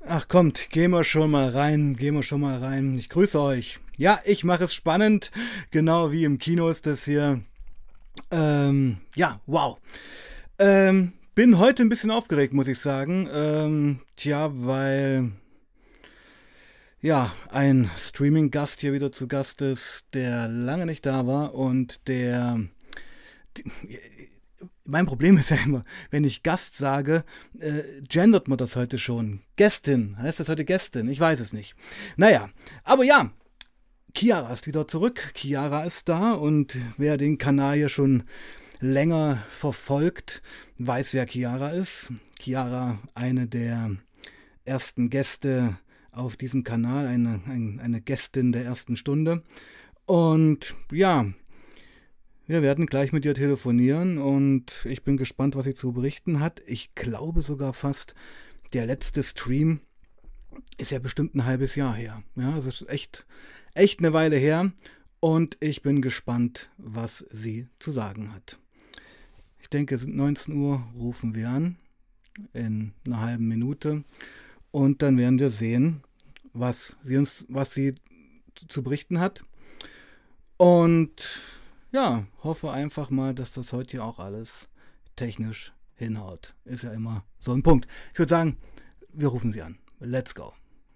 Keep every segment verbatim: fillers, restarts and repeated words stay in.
Ach kommt, gehen wir schon mal rein, gehen wir schon mal rein. Ich grüße euch. Ja, ich mache es spannend, genau wie im Kino ist das hier. Ähm, ja, wow. Ähm, bin heute ein bisschen aufgeregt, muss ich sagen. Ähm, tja, weil ja ein Streaming-Gast hier wieder zu Gast ist, der lange nicht da war und der mein Problem ist ja immer, wenn ich Gast sage, äh, gendert man das heute schon. Gästin, heißt das heute Gästin? Ich weiß es nicht. Naja, aber ja, Chiara ist wieder zurück. Chiara ist da und wer den Kanal hier schon länger verfolgt, weiß, wer Chiara ist. Chiara, eine der ersten Gäste auf diesem Kanal, eine, ein, eine Gästin der ersten Stunde. Und ja, wir werden gleich mit ihr telefonieren und ich bin gespannt, was sie zu berichten hat. Ich glaube sogar fast, der letzte Stream ist ja bestimmt ein halbes Jahr her. Ja, es ist echt, echt eine Weile her und ich bin gespannt, was sie zu sagen hat. Ich denke, es sind neunzehn Uhr, rufen wir an in einer halben Minute und dann werden wir sehen, was sie uns, was sie zu berichten hat. Und ja, hoffe einfach mal, dass das heute hier auch alles technisch hinhaut. Ist ja immer so ein Punkt. Ich würde sagen, wir rufen sie an. Let's go.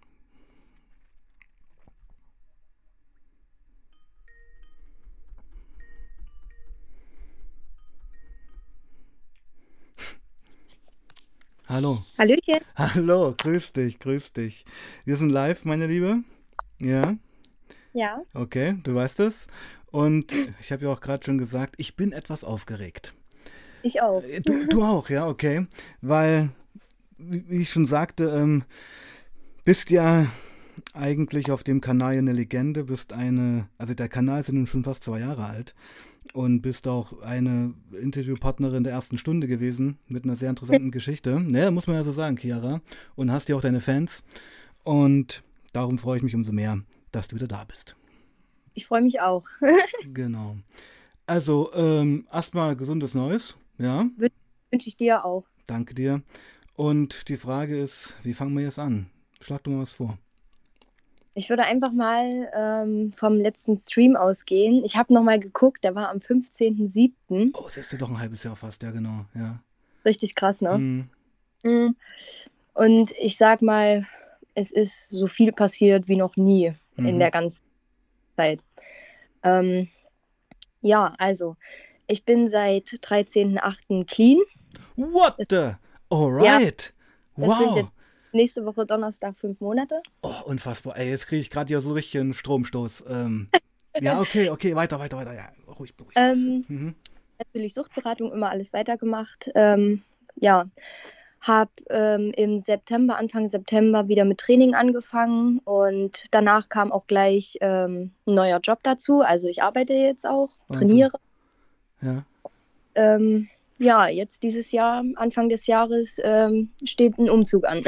Hallo. Hallöchen. Hallo, grüß dich, grüß dich. Wir sind live, meine Liebe. Ja, Ja, okay, du weißt es. Und ich habe ja auch gerade schon gesagt, ich bin etwas aufgeregt. ich auch. Äh, Du, du auch, ja, okay. Weil, wie wie ich schon sagte, ähm, bist ja eigentlich auf dem Kanal eine Legende, bist eine, also der Kanal ist ja nun schon fast zwei Jahre alt und bist auch eine Interviewpartnerin der ersten Stunde gewesen mit einer sehr interessanten Geschichte. Ne, muss man ja so sagen, Chiara. Und hast ja auch deine Fans. Und darum freue ich mich umso mehr, dass du wieder da bist. Ich freue mich auch. Genau. Also, ähm, erstmal gesundes Neues. Ja, Wün- Wünsche ich dir auch. danke dir. Und die Frage ist, wie fangen wir jetzt an? Schlag doch mal was vor. Ich würde einfach mal ähm, vom letzten Stream ausgehen. Ich habe nochmal geguckt, der war am fünfzehnten siebten. Oh, es ist ja doch ein halbes Jahr fast, ja genau, ja. Richtig krass, ne? Hm. Mhm. Und ich sag mal, es ist so viel passiert wie noch nie in Mhm. der ganzen Zeit. Ähm, ja, also, ich bin seit dreizehnten achten clean. What Das, the? ja, Alright. das sind Wow. jetzt nächste Woche Donnerstag fünf Monate. Oh, unfassbar. Ey, jetzt kriege ich gerade ja so richtig einen Stromstoß. Ähm, ja, okay, okay, weiter, weiter, weiter. Ja, ruhig, ruhig. Ähm, Mhm. Natürlich Suchtberatung, immer alles weitergemacht. Ähm, ja, habe ähm, im September, Anfang September wieder mit Training angefangen und danach kam auch gleich ähm, ein neuer Job dazu. Also ich arbeite jetzt auch, Wahnsinn. trainiere. Ja. Ähm, ja, jetzt dieses Jahr, Anfang des Jahres, ähm, steht ein Umzug an.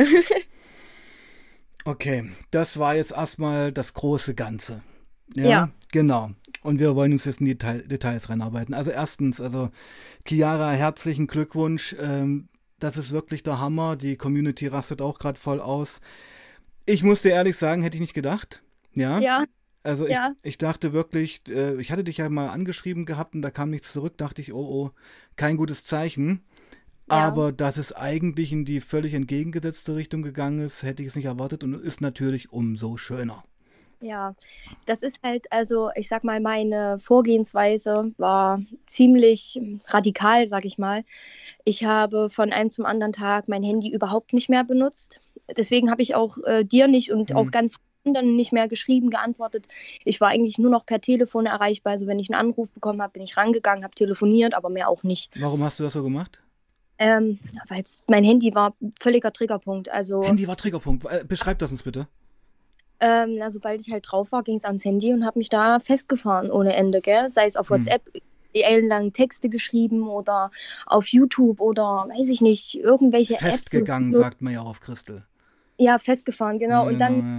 Okay, das war jetzt erstmal das große Ganze. Ja, Ja, genau. Und wir wollen uns jetzt in die Detail Details reinarbeiten. Also erstens, also Chiara, herzlichen Glückwunsch. Ähm, das ist wirklich der Hammer. Die Community rastet auch gerade voll aus. Ich muss dir ehrlich sagen, hätte ich nicht gedacht. Ja, ja, also ich, ja, ich dachte wirklich, äh, ich hatte dich ja mal angeschrieben gehabt und da kam nichts zurück, dachte ich, oh oh, kein gutes Zeichen. ja. Aber dass es eigentlich in die völlig entgegengesetzte Richtung gegangen ist, hätte ich es nicht erwartet und ist natürlich umso schöner. Ja, das ist halt, also ich sag mal, meine Vorgehensweise war ziemlich radikal, sag ich mal. Ich habe von einem zum anderen Tag mein Handy überhaupt nicht mehr benutzt. Deswegen habe ich auch äh, dir nicht und Hm. auch ganz vielen anderen nicht mehr geschrieben, geantwortet. Ich war eigentlich nur noch per Telefon erreichbar. Also wenn ich einen Anruf bekommen habe, bin ich rangegangen, habe telefoniert, aber mehr auch nicht. Warum hast du das so gemacht? Ähm, Weil mein Handy war völliger Triggerpunkt. Also Handy war Triggerpunkt. Äh, Beschreib das uns bitte. Ähm, na, sobald ich halt drauf war, ging es ans Handy und habe mich da festgefahren ohne Ende, gell? Sei es auf Hm. WhatsApp, ellenlang Texte geschrieben oder auf YouTube oder weiß ich nicht, irgendwelche Apps. So, Festgegangen, so, sagt man ja auch auf Christel. ja, festgefahren, genau. Und Genau, dann ja.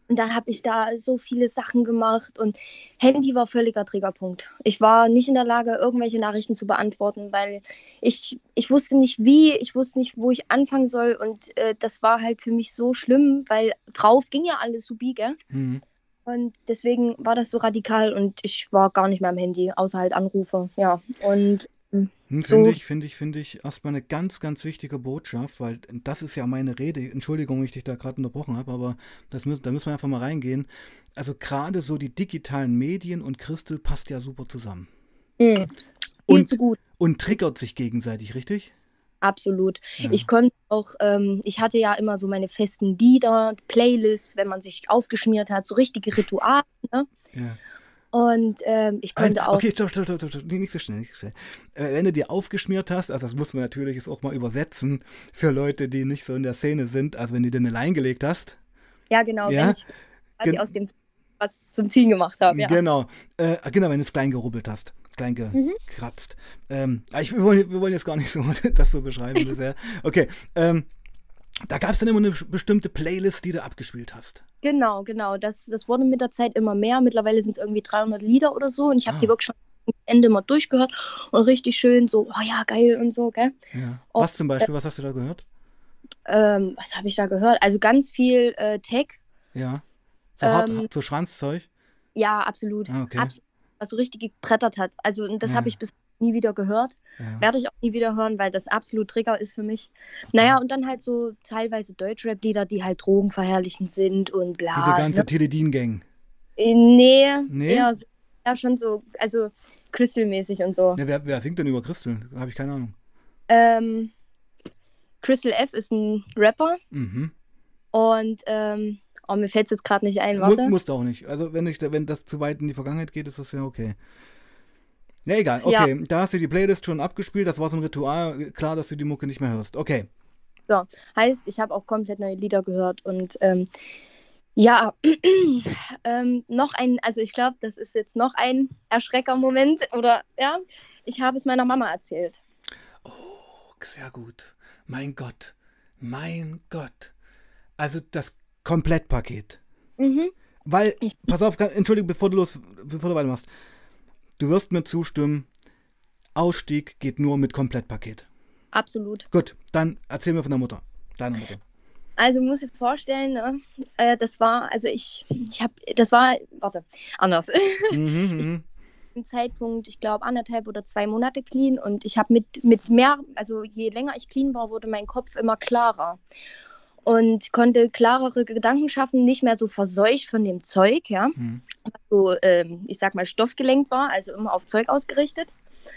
Und dann habe ich da so viele Sachen gemacht und Handy war völliger Triggerpunkt. Ich war nicht in der Lage, irgendwelche Nachrichten zu beantworten, weil ich, ich wusste nicht wie, ich wusste nicht, wo ich anfangen soll. Und äh, das war halt für mich so schlimm, weil drauf ging ja alles subi, gell? Mhm. Und deswegen war das so radikal und ich war gar nicht mehr am Handy, außer halt Anrufe. Ja, und ähm, Hm, Finde so, ich, finde ich, finde ich erstmal eine ganz, ganz wichtige Botschaft, weil das ist ja meine Rede. Entschuldigung, wenn ich dich da gerade unterbrochen habe, aber das mü da müssen wir einfach mal reingehen. Also gerade so die digitalen Medien und Crystal passt ja super zusammen. mh, viel zu Und, gut. und triggert sich gegenseitig, richtig? Absolut. Ich Ja, konnte auch, ähm, ich hatte ja immer so meine festen Lieder, Playlists, wenn man sich aufgeschmiert hat, so richtige Rituale. Ne? ja. Und ähm, ich Halt, konnte auch, okay, stopp, stopp, stopp, stopp, stopp, nicht so schnell, nicht so schnell. Äh, wenn du dir aufgeschmiert hast, also das muss man natürlich jetzt auch mal übersetzen für Leute, die nicht so in der Szene sind, also wenn du dir eine Line gelegt hast, ja genau, wenn ja, ich quasi aus gen dem was zum Ziel gemacht habe, ja. genau, äh, genau, wenn du es klein gerubbelt hast, klein Mhm. gekratzt. Ähm, ah, ich, wir, wollen, wir wollen jetzt gar nicht so das so beschreiben bisher. Okay, ähm, da gab es dann immer eine bestimmte Playlist, die du abgespielt hast. Genau, genau. Das, das wurde mit der Zeit immer mehr. Mittlerweile sind es irgendwie dreihundert Lieder oder so und ich habe die Ah, wirklich schon am Ende mal durchgehört und richtig schön so, oh ja, geil und so, gell? ja. Und Was zum Beispiel, was hast du da gehört? ähm, was habe ich da gehört? Also ganz viel äh, Tech. Ja, so hart, Ähm, so Schranzzeug? Ja, absolut. Ah, okay, Absolut. Was so richtig gebrettert hat. Also und das habe ja, ich bis nie wieder gehört. ja, Werde ich auch nie wieder hören, weil das absolut Trigger ist für mich. okay. Naja, und dann halt so teilweise Deutschrap-Lieder, die halt drogenverherrlichend sind und Diese bla. Ne? ganze Teledin-Gang. Äh, Nee, Nee? eher, so- eher schon so, also Crystal-mäßig und so. Ne, wer, wer singt denn über Christel? Habe ich keine Ahnung. Ähm, Crystal F ist ein Rapper Mhm. und ähm, oh, mir fällt es jetzt gerade nicht ein, Muss, warte. musst auch nicht. Also wenn, ich, wenn das zu weit in die Vergangenheit geht, ist das ja okay. Ja, egal. Ja, Okay, da hast du die Playlist schon abgespielt. Das war so ein Ritual. Klar, dass du die Mucke nicht mehr hörst. Okay. so. Heißt, ich habe auch komplett neue Lieder gehört und ähm, ja, ähm, noch ein, also ich glaube, das ist jetzt noch ein Erschrecker-Moment oder ja, ich habe es meiner Mama erzählt. Oh, sehr gut. Mein Gott. Mein Gott. Also das Komplettpaket. Mhm. Weil, Ich, pass auf, kann- entschuldige, bevor du los, bevor du weitermachst. Du wirst mir zustimmen, Ausstieg geht nur mit Komplettpaket. absolut. Gut, dann erzähl mir von der Mutter. Deiner Mutter. Also muss ich vorstellen, ne? äh, das war, also ich, ich habe, das war, warte, anders. Mhm, Ich mhm. im Zeitpunkt, ich glaube, anderthalb oder zwei Monate clean und ich habe mit, mit mehr, also je länger ich clean war, wurde mein Kopf immer klarer und konnte klarere Gedanken schaffen, nicht mehr so verseucht von dem Zeug, ja, Mhm. so, ähm, ich sag mal, stoffgelenkt war, also immer auf Zeug ausgerichtet,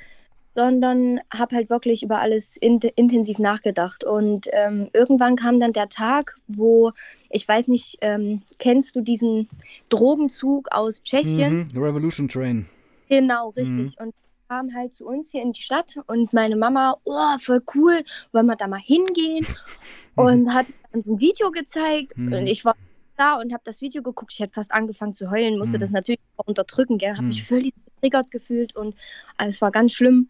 sondern habe halt wirklich über alles in, intensiv nachgedacht. Und ähm, irgendwann kam dann der Tag, wo, ich weiß nicht, ähm, kennst du diesen Drogenzug aus Tschechien? Mhm. Revolution Train. Genau, Mhm. richtig. Und kam halt zu uns hier in die Stadt und meine Mama, oh, voll cool, wollen wir da mal hingehen? Mhm. Und hat uns ein Video gezeigt und Mhm. ich war da und habe das Video geguckt. Ich hätte fast angefangen zu heulen, musste das Mhm. natürlich auch unterdrücken, gell? Habe mich Mhm. völlig getriggert gefühlt und äh, es war ganz schlimm.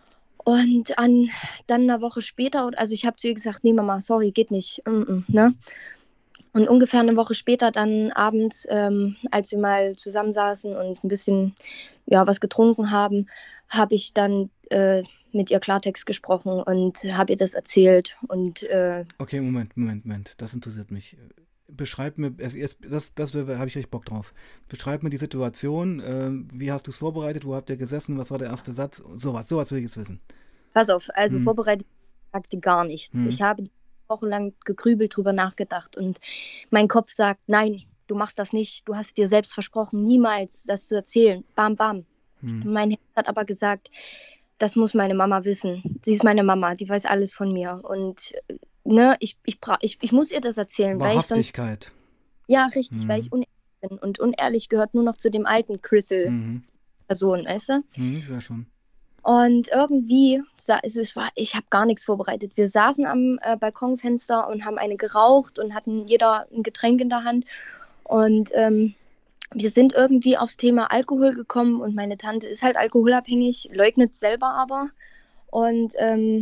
Und an, dann eine Woche später, also ich habe zu ihr gesagt, nee Mama, sorry, geht nicht. Mm -mm, ne? Und ungefähr eine Woche später dann abends, ähm, als wir mal zusammensaßen und ein bisschen ja, was getrunken haben, habe ich dann äh, mit ihr Klartext gesprochen und habe ihr das erzählt. Und äh, Okay, Moment, Moment, Moment. Das interessiert mich. Beschreib mir, erst, erst- das, das habe ich richtig Bock drauf. Beschreib mir die Situation. Äh, wie hast du es vorbereitet? Wo habt ihr gesessen? Was war der erste Satz? Sowas, sowas will ich jetzt wissen. pass auf, also Hm, vorbereitet sagte gar nichts. hm, Ich habe wochenlang gegrübelt, drüber nachgedacht und mein Kopf sagt, nein, du machst das nicht. Du hast dir selbst versprochen, niemals das zu erzählen. Bam, bam. hm. Mein Herz hat aber gesagt, das muss meine Mama wissen. Sie ist meine Mama, die weiß alles von mir. Und äh, ne, ich, ich, bra ich, ich muss ihr das erzählen, weil ich sonst, Wahrhaftigkeit. ja, richtig, weil Hm, ich unehrlich bin. Und unehrlich gehört nur noch zu dem alten Crystal-Person, hm, weißt du? hm, ich wäre schon. Und irgendwie, also es war, ich habe gar nichts vorbereitet. Wir saßen am äh, Balkonfenster und haben eine geraucht und hatten jeder ein Getränk in der Hand. Und ähm, wir sind irgendwie aufs Thema Alkohol gekommen und meine Tante ist halt alkoholabhängig, leugnet selber aber. Und ähm,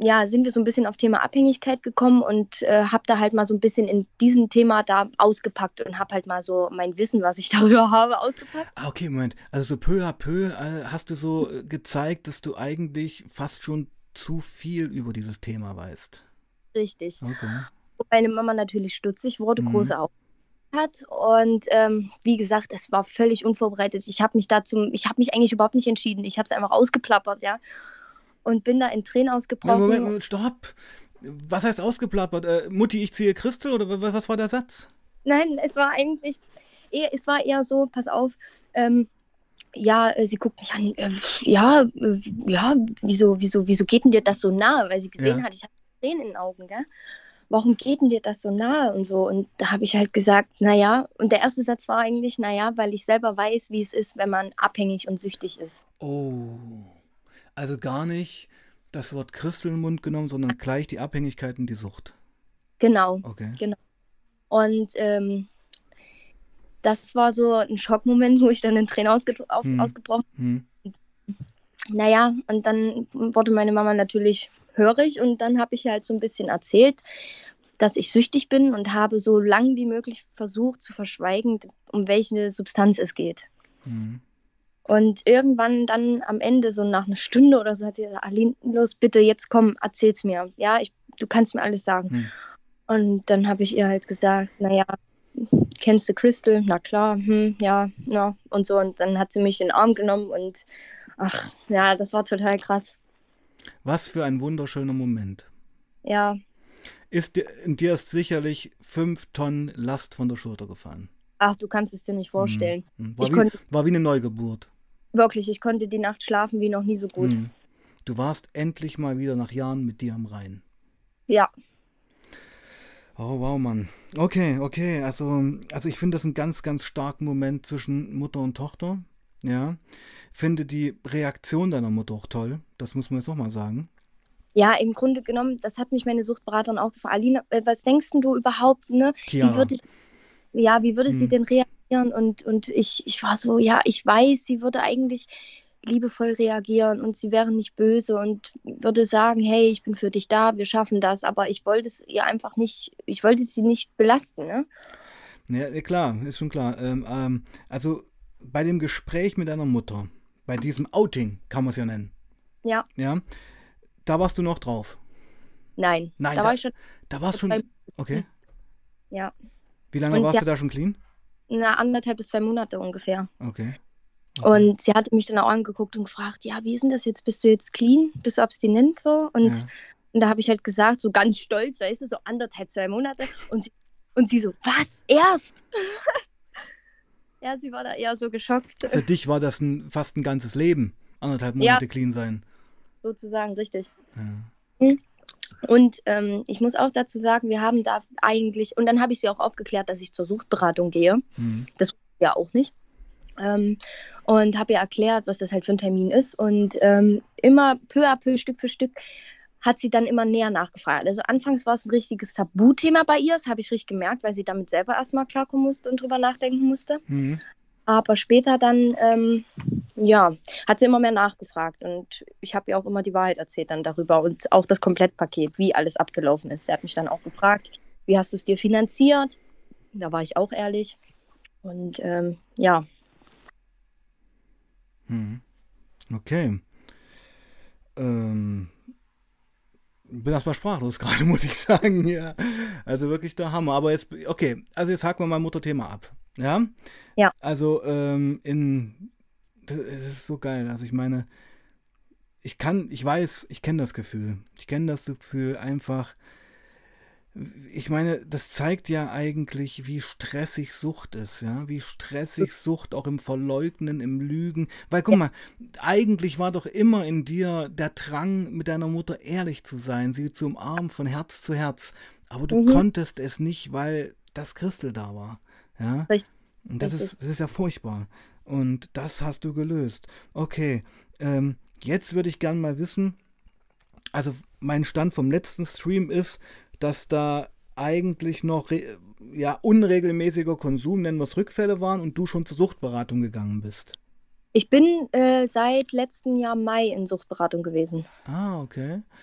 ja, sind wir so ein bisschen auf Thema Abhängigkeit gekommen und äh, habe da halt mal so ein bisschen in diesem Thema da ausgepackt und habe halt mal so mein Wissen, was ich darüber habe, ausgepackt. Ah, okay, Moment. Also so peu à peu äh, hast du so äh, gezeigt, dass du eigentlich fast schon zu viel über dieses Thema weißt. Richtig. Okay. Und meine Mama natürlich stutzig wurde, Mhm. große Augen hat und ähm, wie gesagt, es war völlig unvorbereitet. Ich habe mich dazu, ich habe mich eigentlich überhaupt nicht entschieden. Ich habe es einfach ausgeplappert, ja, und bin da in Tränen Moment, Moment, ausgebrochen. Moment, stopp. Was heißt ausgeplappert? Äh, Mutti, ich ziehe Christel oder wa- was war der Satz? Nein, es war eigentlich eher, es war eher so, pass auf, ähm, ja, äh, sie guckt mich an, äh, ja, äh, ja, wieso, wieso, wieso geht denn dir das so nahe? Weil sie gesehen Ja. hat, ich habe Tränen in den Augen, gell? Warum geht denn dir das so nahe und so? Und da habe ich halt gesagt, naja, und der erste Satz war eigentlich, naja, weil ich selber weiß, wie es ist, wenn man abhängig und süchtig ist. Oh. Also gar nicht das Wort Christel in den Mund genommen, sondern gleich die Abhängigkeit und die Sucht. Genau, Okay. genau. Und ähm, das war so ein Schockmoment, wo ich dann in Tränen ausge auf, Hm. ausgebrochen Hm. bin. Naja, und dann wurde meine Mama natürlich hörig und dann habe ich ihr halt so ein bisschen erzählt, dass ich süchtig bin und habe so lang wie möglich versucht zu verschweigen, um welche Substanz es geht. Hm. Und irgendwann dann am Ende, so nach einer Stunde oder so, hat sie gesagt, Aline, los, bitte, jetzt komm, erzähl's mir. Ja, ich, du kannst mir alles sagen. Hm. Und dann habe ich ihr halt gesagt, naja, kennst du Crystal? Na klar, hm, ja, ja, und so. Und dann hat sie mich in den Arm genommen und ach, ja, das war total krass. Was für ein wunderschöner Moment. Ja, Ist dir, dir ist sicherlich fünf Tonnen Last von der Schulter gefallen. ach, du kannst es dir nicht Hm. vorstellen. Hm. War Ich wie, konnte war wie eine Neugeburt. wirklich, ich konnte die Nacht schlafen wie noch nie so gut. Hm. Du warst endlich mal wieder nach Jahren mit dir am Rhein. Ja, Oh, wow, Mann. Okay, okay. Also, also ich finde das einen ganz, ganz starken Moment zwischen Mutter und Tochter. Ja. Finde die Reaktion deiner Mutter auch toll. Das muss man jetzt auch mal sagen. ja, im Grunde genommen, das hat mich meine Suchtberaterin auch gefragt. Aline, äh, was denkst denn du überhaupt, ne? Wie Chiara. würde ja, wie würde sie Hm. denn reagieren? Und, und ich, ich war so, ja, ich weiß, sie würde eigentlich liebevoll reagieren und sie wäre nicht böse und würde sagen, hey, ich bin für dich da, wir schaffen das, aber ich wollte es ihr einfach nicht, ich wollte sie nicht belasten, ne? Ja, ja, klar, ist schon klar. Ähm, ähm, also bei dem Gespräch mit deiner Mutter, bei diesem Outing, kann man es ja nennen, Ja, ja, da warst du noch drauf. nein, Nein, da war da, ich schon da warst vor zwei schon. Okay. Monaten. Ja, Wie lange und sie warst du hat da schon clean? eine anderthalb bis zwei Monate ungefähr. Okay, okay. Und sie hatte mich dann auch angeguckt und gefragt, ja, wie ist denn das jetzt? Bist du jetzt clean? Bist du abstinent so? Und, Ja. und da habe ich halt gesagt, so ganz stolz, weißt du, so anderthalb, zwei Monate. Und sie, und sie so, was? Erst? Ja, sie war da eher so geschockt. Für dich war das ein, fast ein ganzes Leben. Anderthalb Ja, Monate clean sein. sozusagen, richtig. Ja. Und ähm, ich muss auch dazu sagen, wir haben da eigentlich, und dann habe ich sie auch aufgeklärt, dass ich zur Suchtberatung gehe. Hm. Das wusste sie ja auch nicht. Ähm, und habe ihr erklärt, was das halt für ein Termin ist. Und ähm, immer peu à peu, Stück für Stück, hat sie dann immer näher nachgefragt. Also anfangs war es ein richtiges Tabuthema bei ihr, das habe ich richtig gemerkt, weil sie damit selber erstmal klarkommen musste und drüber nachdenken musste. Hm. Aber später dann, ähm, ja, hat sie immer mehr nachgefragt und ich habe ihr auch immer die Wahrheit erzählt dann darüber und auch das Komplettpaket, wie alles abgelaufen ist. Sie hat mich dann auch gefragt, wie hast du es dir finanziert? Da war ich auch ehrlich. Und ähm, ja, Hm. Okay. Ähm, bin erstmal sprachlos gerade, muss ich sagen. Ja. Also wirklich der Hammer. Aber jetzt, okay, also jetzt haken wir mal Mutterthema ab. Ja? ja, Also, ähm, in. Das ist so geil. Also ich meine, ich kann, ich weiß, ich kenne das Gefühl. Ich kenne das Gefühl einfach. Ich meine, das zeigt ja eigentlich, wie stressig Sucht ist, ja, wie stressig Sucht auch im Verleugnen, im Lügen. Weil guck ja, mal, eigentlich war doch immer in dir der Drang, mit deiner Mutter ehrlich zu sein, sie zu umarmen von Herz zu Herz. Aber du mhm, konntest es nicht, weil das Christel da war, ja. richtig, Und das richtig. ist, das ist ja furchtbar. Und das hast du gelöst. Okay, ähm, jetzt würde ich gerne mal wissen, also mein Stand vom letzten Stream ist, dass da eigentlich noch re- ja, unregelmäßiger Konsum, nennen wir es Rückfälle waren und du schon zur Suchtberatung gegangen bist. Ich bin äh, seit letztem Jahr Mai in Suchtberatung gewesen. Ah, okay.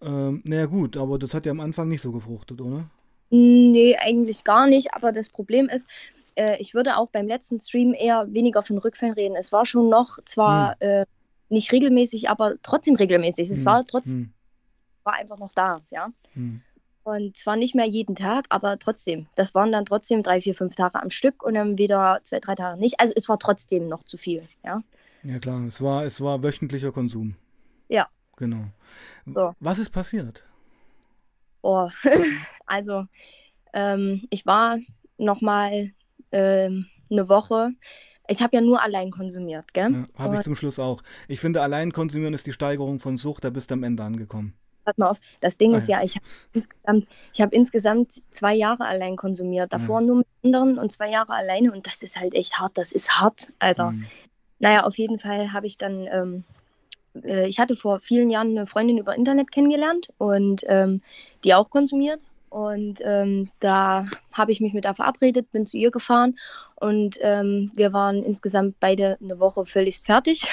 Ähm, naja gut, aber das hat ja am Anfang nicht so gefruchtet, oder? Nee, eigentlich gar nicht. Aber das Problem ist, äh, ich würde auch beim letzten Stream eher weniger von Rückfällen reden. Es war schon noch Hm, zwar äh, nicht regelmäßig, aber trotzdem regelmäßig. Es hm, war trotzdem hm, war einfach noch da, ja. hm. Und zwar nicht mehr jeden Tag, aber trotzdem. Das waren dann trotzdem drei, vier, fünf Tage am Stück und dann wieder zwei, drei Tage nicht. Also es war trotzdem noch zu viel, ja. Ja klar, es war, es war wöchentlicher Konsum. Ja, Genau. so. Was ist passiert? Oh. Also ähm, ich war noch mal ähm, eine Woche. Ich habe ja nur allein konsumiert, gell? Ja, habe ich Und zum Schluss auch. Ich finde, allein konsumieren ist die Steigerung von Sucht, da bist du am Ende angekommen. pass mal auf, das Ding Ah ist ja, ja, ich habe insgesamt, ich habe insgesamt zwei Jahre allein konsumiert. ja. Davor nur mit anderen und zwei Jahre alleine. Und das ist halt echt hart. Das ist hart, Alter. Hm. Naja, auf jeden Fall habe ich dann, ähm, äh, ich hatte vor vielen Jahren eine Freundin über Internet kennengelernt und ähm, die auch konsumiert. Und ähm, da habe ich mich mit ihr verabredet, bin zu ihr gefahren und ähm, wir waren insgesamt beide eine Woche völlig fertig.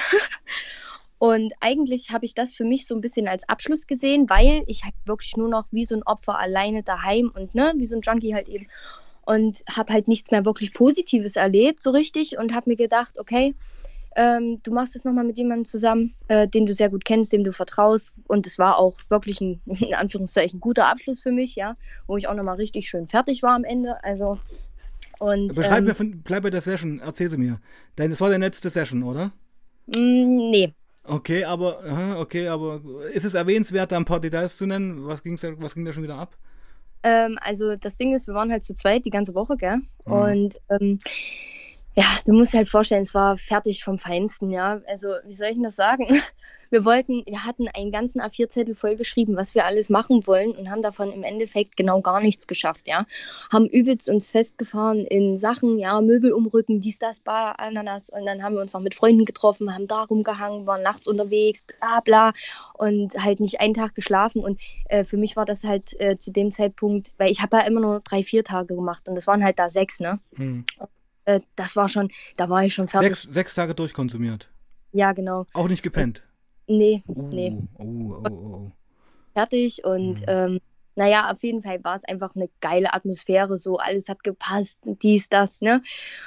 Und eigentlich habe ich das für mich so ein bisschen als Abschluss gesehen, weil ich halt wirklich nur noch wie so ein Opfer alleine daheim und ne, wie so ein Junkie halt eben. Und habe halt nichts mehr wirklich Positives erlebt, so richtig. Und habe mir gedacht, okay, ähm, du machst es nochmal mit jemandem zusammen, äh, den du sehr gut kennst, dem du vertraust. Und es war auch wirklich ein, in Anführungszeichen, guter Abschluss für mich, ja, wo ich auch nochmal richtig schön fertig war am Ende. Also, und Beschreib ähm, mir, von, bleib bei der Session, erzähl sie mir. Dein, das war deine letzte Session, oder? mh, nee. Okay, aber, aha, okay, aber ist es erwähnenswert, da ein paar Details zu nennen? Was, ging's da, was ging da schon wieder ab? Ähm, also das Ding ist, wir waren halt zu zweit die ganze Woche, gell? Hm. Und ähm, ja, du musst dir halt vorstellen, es war fertig vom Feinsten, ja. Also, wie soll ich denn das sagen? Wir wollten, wir hatten einen ganzen A vier Zettel vollgeschrieben, was wir alles machen wollen und haben davon im Endeffekt genau gar nichts geschafft, ja. Haben übelst uns festgefahren in Sachen, ja, Möbel umrücken, dies, das, Bar, Ananas und dann haben wir uns noch mit Freunden getroffen, haben da rumgehangen, waren nachts unterwegs, bla bla und halt nicht einen Tag geschlafen und äh, für mich war das halt äh, zu dem Zeitpunkt, weil ich habe ja immer nur drei, vier Tage gemacht und das waren halt da sechs, ne? Hm. Äh, das war schon, da war ich schon Sechs, fertig. sechs Tage durchkonsumiert. Ja, genau. Auch nicht Und gepennt. nee, nee, Uh, oh, oh, oh. fertig. Und Hm. ähm, naja, auf jeden Fall war es einfach eine geile Atmosphäre. So, alles hat gepasst, dies, das, ne?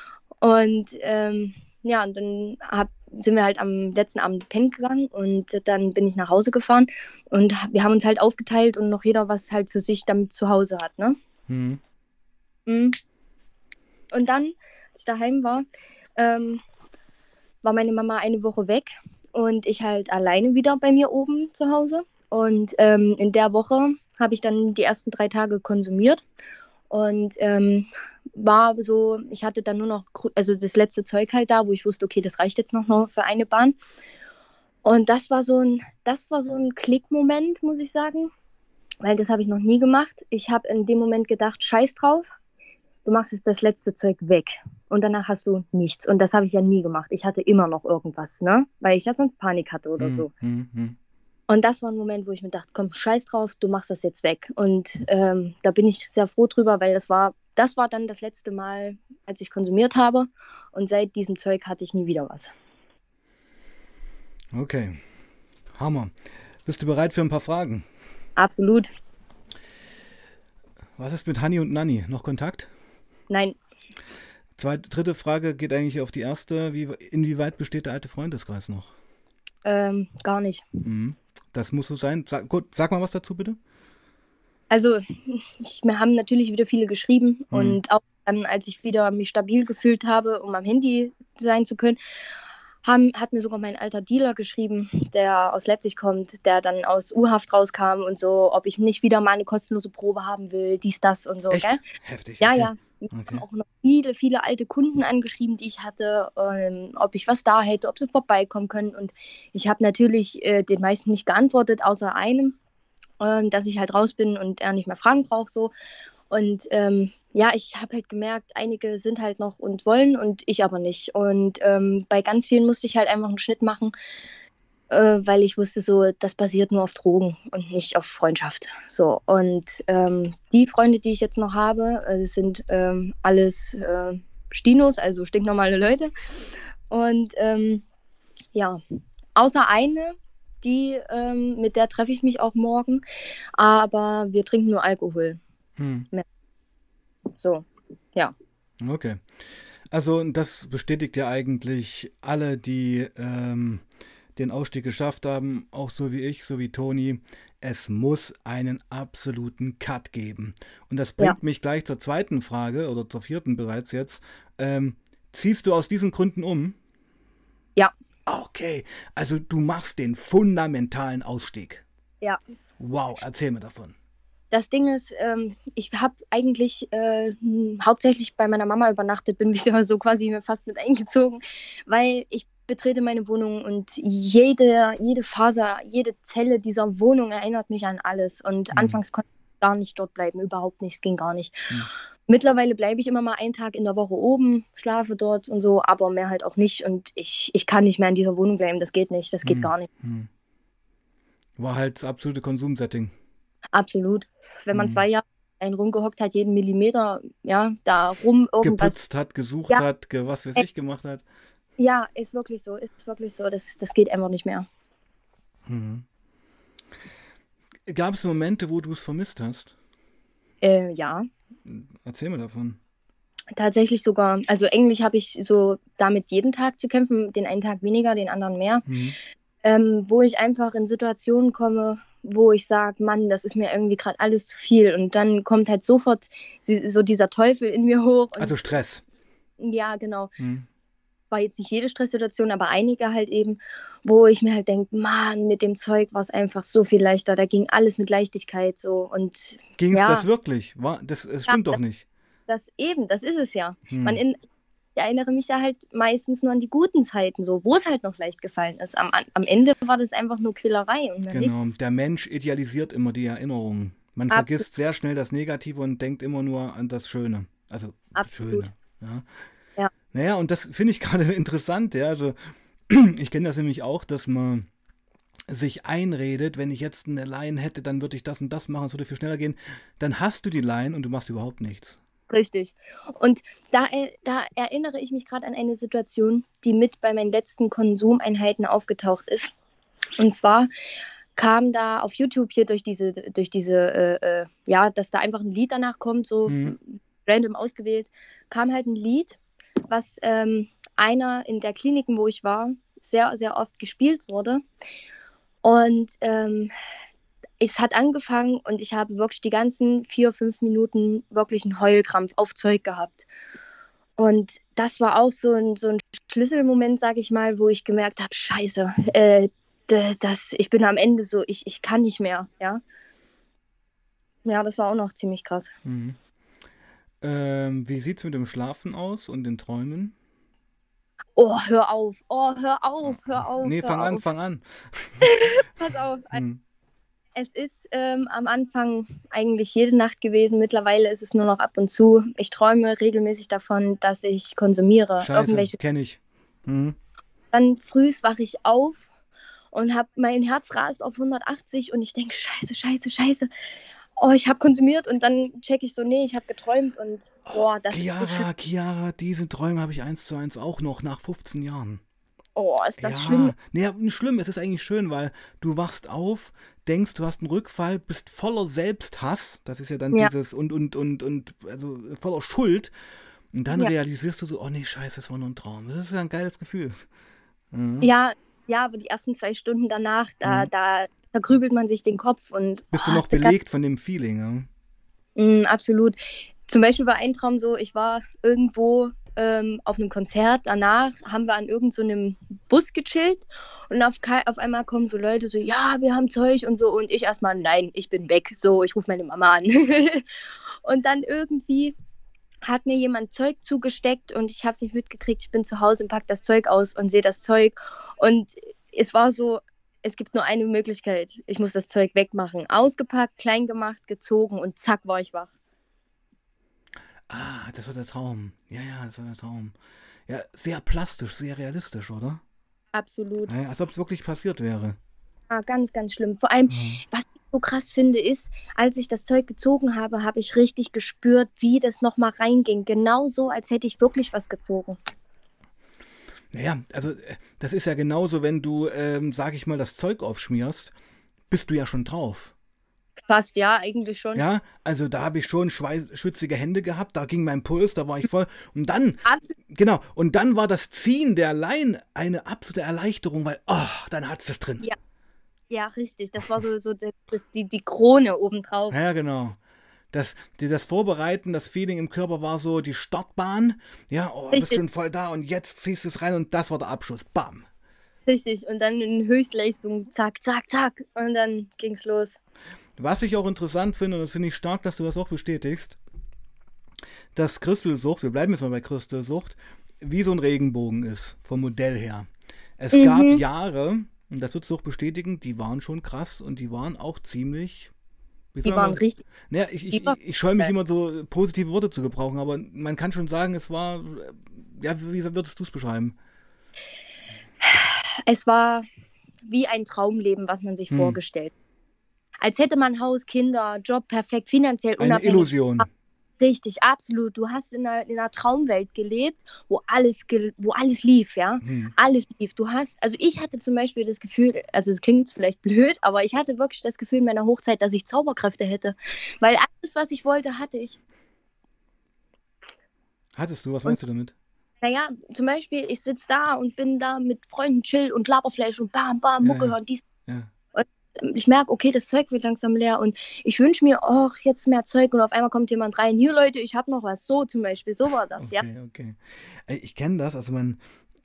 Und ähm, ja, und dann hab, sind wir halt am letzten Abend pennen gegangen und dann bin ich nach Hause gefahren und wir haben uns halt aufgeteilt und noch jeder was halt für sich damit zu Hause hat, ne? Hm. Mhm. Und dann, als ich daheim war, ähm, war meine Mama eine Woche weg und ich halt alleine wieder bei mir oben zu Hause. Und ähm, in der Woche habe ich dann die ersten drei Tage konsumiert und ähm, war so, ich hatte dann nur noch, also das letzte Zeug halt da, wo ich wusste, okay, das reicht jetzt noch nur für eine Bahn. Und das war so ein, das war so ein Klickmoment, muss ich sagen, weil das habe ich noch nie gemacht. Ich habe in dem Moment gedacht, scheiß drauf, du machst jetzt das letzte Zeug weg und danach hast du nichts. Und das habe ich ja nie gemacht. Ich hatte immer noch irgendwas, ne? Weil ich ja sonst Panik hatte oder Hm. so. Hm. Hm. Und das war ein Moment, wo ich mir dachte, komm, scheiß drauf, du machst das jetzt weg. Und ähm, da bin ich sehr froh drüber, weil das war, das war dann das letzte Mal, als ich konsumiert habe. Und seit diesem Zeug hatte ich nie wieder was. Okay, Hammer. Bist du bereit für ein paar Fragen? Absolut. Was ist mit Hanni und Nanni? Noch Kontakt? Nein. Zweite, dritte Frage geht eigentlich auf die erste. Wie, inwieweit besteht der alte Freundeskreis noch? Ähm, gar nicht. Mhm. Das muss so sein. Sag, gut, sag mal was dazu, bitte. Also, ich, mir haben natürlich wieder viele geschrieben Mhm. und auch dann, als ich wieder mich stabil gefühlt habe, um am Handy sein zu können, haben, hat mir sogar mein alter Dealer geschrieben, der aus Leipzig kommt, der dann aus U-Haft rauskam und so, ob ich nicht wieder mal eine kostenlose Probe haben will, dies, das und so, gell? Echt? Heftig, Ja, okay. ja. Wir haben Okay. auch noch viele, viele alte Kunden angeschrieben, die ich hatte, ähm, ob ich was da hätte, ob sie vorbeikommen können. Und ich habe natürlich äh, den meisten nicht geantwortet, außer einem, ähm, dass ich halt raus bin und er nicht mehr fragen braucht, so. Und ähm, ja, ich habe halt gemerkt, einige sind halt noch und wollen und ich aber nicht. Und ähm, bei ganz vielen musste ich halt einfach einen Schnitt machen, äh, weil ich wusste so, das basiert nur auf Drogen und nicht auf Freundschaft. So, und ähm, die Freunde, die ich jetzt noch habe, äh, sind ähm, alles äh, Stinos, also stinknormale Leute. Und ähm, ja, außer eine, die, ähm, mit der treffe ich mich auch morgen, aber wir trinken nur Alkohol. Hm. So, ja. Okay. Also das bestätigt ja eigentlich alle, die ähm, den Ausstieg geschafft haben, auch so wie ich, so wie Toni. Es muss einen absoluten Cut geben. Und das bringt Ja. mich gleich zur zweiten Frage oder zur vierten bereits jetzt. Ähm, ziehst du aus diesen Gründen um? Ja. Okay, also du machst den fundamentalen Ausstieg. Ja. Wow, erzähl mir davon. Das Ding ist, ähm, ich habe eigentlich äh, hauptsächlich bei meiner Mama übernachtet, bin wieder so quasi fast mit eingezogen, weil ich betrete meine Wohnung und jede, jede Faser, jede Zelle dieser Wohnung erinnert mich an alles. Und Hm. anfangs konnte ich gar nicht dort bleiben, überhaupt nicht, es ging gar nicht. Hm. Mittlerweile bleibe ich immer mal einen Tag in der Woche oben, schlafe dort und so, aber mehr halt auch nicht. Und ich, ich kann nicht mehr in dieser Wohnung bleiben, das geht nicht, das geht Hm. gar nicht. Hm. War halt das absolute Konsumsetting. Absolut. Wenn man Hm. zwei Jahre einen rumgehockt hat, jeden Millimeter, ja, da rum irgendwas. Geputzt hat, gesucht Ja. hat, ge was weiß ich gemacht hat. Ja, ist wirklich so, ist wirklich so. Das, das geht einfach nicht mehr. Hm. Gab es Momente, wo du es vermisst hast? Äh, ja, Erzähl mir davon. tatsächlich sogar. Also eigentlich habe ich so damit jeden Tag zu kämpfen, den einen Tag weniger, den anderen mehr. Hm. Ähm, wo ich einfach in Situationen komme, wo ich sage, Mann, das ist mir irgendwie gerade alles zu viel. Und dann kommt halt sofort sie- so dieser Teufel in mir hoch. Und Also Stress. ja, genau. Hm. War jetzt nicht jede Stresssituation, aber einige halt eben, wo ich mir halt denke, Mann, mit dem Zeug war es einfach so viel leichter. Da ging alles mit Leichtigkeit so. Und Ging es ja, das wirklich? War, das, es stimmt ja, doch nicht. das eben, das ist es ja. Hm. Man in, ich erinnere mich ja halt meistens nur an die guten Zeiten, so, wo es halt noch leicht gefallen ist. Am, am Ende war das einfach nur Quälerei und mehr Genau, nicht. der Mensch idealisiert immer die Erinnerungen. Man Absolut. vergisst sehr schnell das Negative und denkt immer nur an das Schöne. Also das Absolut. Schöne. Ja. Ja. Naja, und das finde ich gerade interessant. Ja. Also ich kenne das nämlich auch, dass man sich einredet, wenn ich jetzt eine Line hätte, dann würde ich das und das machen, es würde viel schneller gehen. Dann hast du die Line und du machst überhaupt nichts. Richtig. Und da, da erinnere ich mich gerade an eine Situation, die mit bei meinen letzten Konsumeinheiten aufgetaucht ist. Und zwar kam da auf YouTube hier durch diese, durch diese, äh, äh, ja, dass da einfach ein Lied danach kommt, so Mhm. random ausgewählt, kam halt ein Lied, was ähm, einer in der Kliniken, wo ich war, sehr, sehr oft gespielt wurde. Und ähm, es hat angefangen und ich habe wirklich die ganzen vier, fünf Minuten wirklich einen Heulkrampf auf Zeug gehabt. Und das war auch so ein, so ein Schlüsselmoment, sage ich mal, wo ich gemerkt habe, scheiße, äh, d- das, ich bin am Ende so, ich, ich kann nicht mehr, ja. Ja, das war auch noch ziemlich krass. Mhm. Ähm, wie sieht es mit dem Schlafen aus und den Träumen? Oh, hör auf, oh, hör auf, hör auf, Nee, hör fang an, auf. fang an. Pass auf. Hm. Es ist ähm, am Anfang eigentlich jede Nacht gewesen. Mittlerweile ist es nur noch ab und zu. Ich träume regelmäßig davon, dass ich konsumiere. Scheiße, Irgendwelche. kenne ich. Hm. Dann frühs wache ich auf und hab, mein Herz rast auf hundertachtzig und ich denke, scheiße, scheiße, scheiße. Oh, ich habe konsumiert und dann checke ich so, nee, ich habe geträumt und boah, das ist so schlimm. Chiara, Chiara, diese Träume habe ich eins zu eins auch noch nach fünfzehn Jahren. Oh, ist das Ja, schlimm? nee, nicht schlimm, es ist eigentlich schön, weil du wachst auf, denkst, du hast einen Rückfall, bist voller Selbsthass, das ist ja dann Ja. dieses und und und und also voller Schuld und dann Ja. realisierst du so, oh nee, scheiße, das war nur ein Traum. Das ist ja ein geiles Gefühl. Mhm. Ja, ja, aber die ersten zwei Stunden danach, da, Mhm. da, da grübelt man sich den Kopf und Bist du oh, noch der belegt von dem Feeling, ja? Mm, absolut. Zum Beispiel war ein Traum so, ich war irgendwo ähm, auf einem Konzert, danach haben wir an irgendeinem so Bus gechillt und auf, kei- auf einmal kommen so Leute so, ja, wir haben Zeug und so und ich erstmal, nein, ich bin weg, so, ich rufe meine Mama an. Und dann irgendwie hat mir jemand Zeug zugesteckt und ich habe es nicht mitgekriegt, ich bin zu Hause und pack das Zeug aus und sehe das Zeug und es war so, es gibt nur eine Möglichkeit, ich muss das Zeug wegmachen. Ausgepackt, klein gemacht, gezogen und zack war ich wach. Ah, das war der Traum. Ja, ja, das war der Traum. Ja, sehr plastisch, sehr realistisch, oder? Absolut. Ja, als ob es wirklich passiert wäre. Ah, ganz, ganz schlimm. Vor allem, Mhm. was ich so krass finde, ist, als ich das Zeug gezogen habe, habe ich richtig gespürt, wie das nochmal reinging. Genauso, als hätte ich wirklich was gezogen. Naja, also äh, das ist ja genauso, wenn du, ähm, sag ich mal, das Zeug aufschmierst, bist du ja schon drauf. Fast, ja, eigentlich schon. Ja, also da habe ich schon schweiß, schwitzige Hände gehabt, da ging mein Puls, da war ich voll. Und dann, Absolut. genau, und dann war das Ziehen der Leine eine absolute Erleichterung, weil, oh, dann hat es das drin. Ja, ja, richtig. Das war so, so das, das, die, die Krone obendrauf. Ja, genau. Das, die, das Vorbereiten, das Feeling im Körper war so die Startbahn. Ja, oh, bist Richtig, schon voll da und jetzt ziehst du es rein und das war der Abschluss. Bam. richtig. Und dann in Höchstleistung, zack, zack, zack. Und dann ging's los. Was ich auch interessant finde, und das finde ich stark, dass du das auch bestätigst, dass Crystal-Sucht, wir bleiben jetzt mal bei Crystal-Sucht, wie so ein Regenbogen ist, vom Modell her. Es gab Mhm. Jahre, und das wird es auch bestätigen, die waren schon krass und die waren auch ziemlich, wie Die soll waren man, richtig. naja, ich, Die ich, waren, ich scheue mich äh, immer so positive Worte zu gebrauchen, aber man kann schon sagen, es war, äh, ja, wie würdest du es beschreiben? es war wie ein Traumleben, was man sich Hm. vorgestellt. Als hätte man Haus, Kinder, Job perfekt, finanziell Eine unabhängig. Illusion. Richtig, absolut. Du hast in einer, in einer Traumwelt gelebt, wo alles, ge wo alles lief, ja. Hm. Alles lief. Du hast, also ich hatte zum Beispiel das Gefühl, also es klingt vielleicht blöd, aber ich hatte wirklich das Gefühl in meiner Hochzeit, dass ich Zauberkräfte hätte. Weil alles, was ich wollte, hatte ich. Hattest du, was Und meinst du damit? naja, zum Beispiel, ich sitze da und bin da mit Freunden chill und Laberfleisch und bam, bam, Ja, Mucke ja, hören, dies. ja. Und ich merke, okay, das Zeug wird langsam leer und ich wünsche mir, oh, jetzt mehr Zeug und auf einmal kommt jemand rein. Hier, Leute, ich habe noch was. So zum Beispiel, so war das, ja. Okay, okay. Äh, Ich kenne das, also man,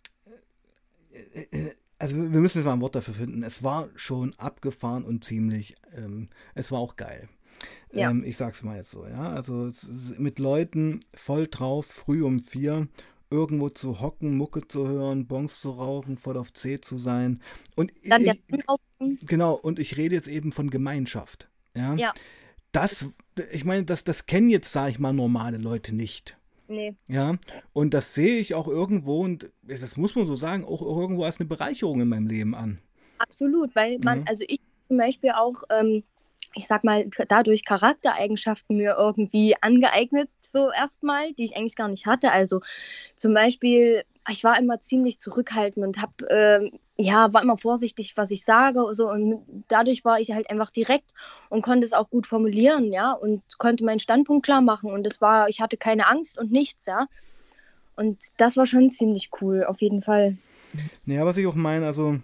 also wir wir müssen jetzt mal ein Wort dafür finden. Es war schon abgefahren und ziemlich, ähm, es war auch geil. Ja. Ähm, ich sag's mal jetzt so, ja. Also es ist mit Leuten voll drauf, früh um vier, irgendwo zu hocken, Mucke zu hören, Bongs zu rauchen, voll auf C zu sein. Und Dann der ich, Sinn aufging. genau, und ich rede jetzt eben von Gemeinschaft. Ja. Ja, Das, ich meine, das, das kennen jetzt, sage ich mal, normale Leute nicht. nee, Ja, und das sehe ich auch irgendwo, und das muss man so sagen, auch irgendwo als eine Bereicherung in meinem Leben an. absolut, weil man, Ja, also ich zum Beispiel auch, ähm, ich sag mal, dadurch Charaktereigenschaften mir irgendwie angeeignet, so erstmal, die ich eigentlich gar nicht hatte. Also zum Beispiel, ich war immer ziemlich zurückhaltend und hab, ähm, ja, war immer vorsichtig, was ich sage, so und dadurch war ich halt einfach direkt und konnte es auch gut formulieren, ja, und konnte meinen Standpunkt klar machen und es war, ich hatte keine Angst und nichts, ja. Und das war schon ziemlich cool, auf jeden Fall. naja, was ich auch meine, also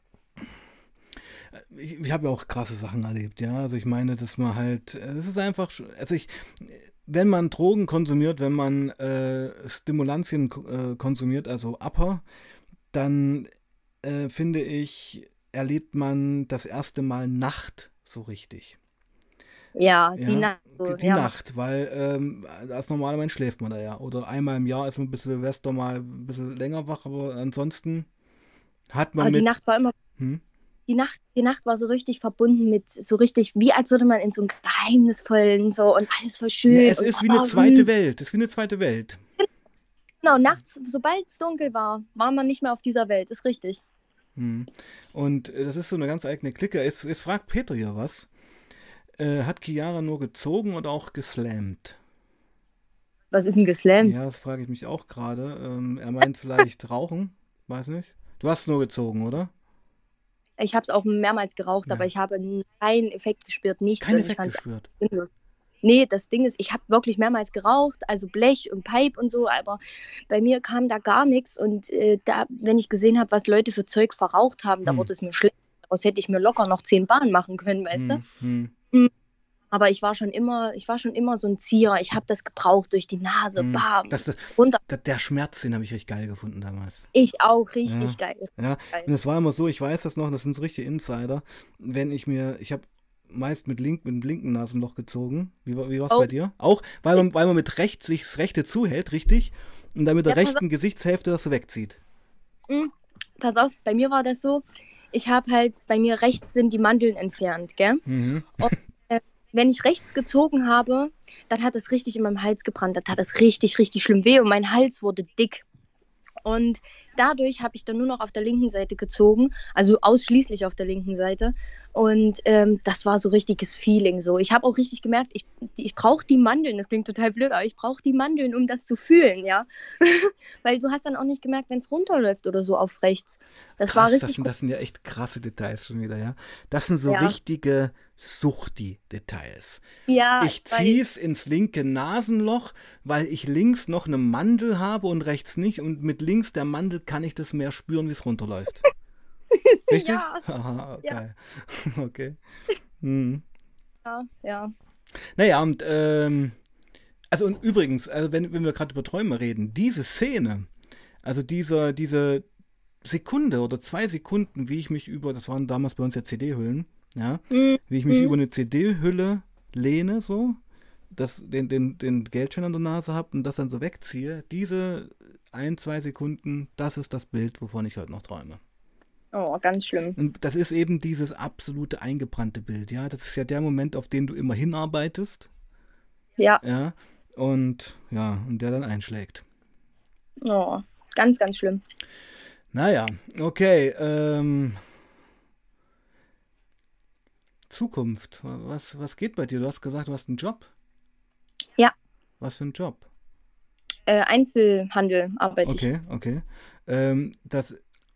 ich, ich habe ja auch krasse Sachen erlebt, ja. Also ich meine, dass man halt, es ist einfach, sch- also ich, wenn man Drogen konsumiert, wenn man äh, Stimulantien ko- äh, konsumiert, also Upper, dann äh, finde ich, erlebt man das erste Mal Nacht so richtig. Ja, die Ja, Nacht, so, die ja, Nacht, weil ähm, als normaler Mensch schläft man da ja. Oder einmal im Jahr ist man bis Silvester mal ein bisschen länger wach, aber ansonsten hat man aber die mit, Nacht war immer, hm? die Nacht, die Nacht war so richtig verbunden mit, so richtig, wie als würde man in so einem geheimnisvollen, so und alles voll Ja, schön es und ist wie eine oh, zweite mm. Welt. Es ist wie eine zweite Welt. Genau, nachts, sobald es dunkel war, war man nicht mehr auf dieser Welt, ist richtig. Hm. Und äh, das ist so eine ganz eigene Clique. Jetzt, jetzt fragt Peter hier was. Äh, hat Chiara nur gezogen oder auch geslammt? Was ist ein geslammt? Ja, das frage ich mich auch gerade. Ähm, er meint vielleicht rauchen. Weiß nicht. Du hast nur gezogen, oder? Ich habe es auch mehrmals geraucht, aber Ja. ich habe keinen Effekt gespürt, nichts Kein und ich Effekt fand es gespürt. sinnlos. Nee, das Ding ist, ich habe wirklich mehrmals geraucht, also Blech und Pipe und so, aber bei mir kam da gar nichts. Und äh, da, wenn ich gesehen habe, was Leute für Zeug verraucht haben, da Hm. wurde es mir schlecht. Daraus hätte ich mir locker noch zehn Bahnen machen können, weißt du? Hm. Hm. Mhm. Aber ich war schon immer, ich war schon immer so ein Zieher. Ich habe das gebraucht durch die Nase, Hm. bam, Das, das, runter. da- der Schmerz, den habe ich richtig geil gefunden damals. Ich auch, Ja, richtig geil. ja. geil. Und es war immer so, ich weiß das noch, das sind so richtige Insider. Wenn ich mir, ich habe meist mit, link, mit dem linken Nasenloch gezogen. Wie, war- wie war es Oh, bei dir? Auch, weil man, weil man mit rechts sich das rechte zuhält, richtig? Und dann mit der ja, pass auf, rechten Gesichtshälfte das so wegzieht. mhm. Pass auf, bei mir war das so, ich habe halt, bei mir rechts sind die Mandeln entfernt, gell? Mhm. Und äh, wenn ich rechts gezogen habe, dann hat es richtig in meinem Hals gebrannt. Dann tat es richtig, richtig schlimm weh und mein Hals wurde dick. Und dadurch habe ich dann nur noch auf der linken Seite gezogen, also ausschließlich auf der linken Seite. Und ähm, das war so richtiges Feeling so. Ich habe auch richtig gemerkt, ich, ich brauche die Mandeln, das klingt total blöd, aber ich brauche die Mandeln, um das zu fühlen, ja. Weil du hast dann auch nicht gemerkt, wenn es runterläuft oder so auf rechts. Das war Krass, das richtig sind, gut. das sind ja echt krasse Details schon wieder, ja. Das sind so Ja, richtige Suchti-Details. ja, ich Ich weiß. zieh's ins linke Nasenloch, weil ich links noch eine Mandel habe und rechts nicht. Und mit links der Mandel kann ich das mehr spüren, wie es runterläuft. Richtig? Ja, Haha, ja, geil. Okay. Hm. ja, ja. Naja, und ähm, also und übrigens, also wenn, wenn wir gerade über Träume reden, diese Szene, also diese, diese Sekunde oder zwei Sekunden, wie ich mich über, das waren damals bei uns ja C D-Hüllen, ja, wie ich mich Mhm. über eine C D-Hülle lehne, so, das, den, den, den Geldschein an der Nase habe und das dann so wegziehe, diese ein, zwei Sekunden, das ist das Bild, wovon ich heute noch träume. Oh, ganz schlimm. Und das ist eben dieses absolute eingebrannte Bild, ja. Das ist ja der Moment, auf den du immer hinarbeitest, Ja, ja, und ja, und der dann einschlägt. oh, ganz, ganz schlimm. Naja, okay, ähm, Zukunft. Was, was geht bei dir? Du hast gesagt, du hast einen Job. Ja, Was für ein Job? äh, Einzelhandel arbeite ich. Okay, okay. Ähm, das,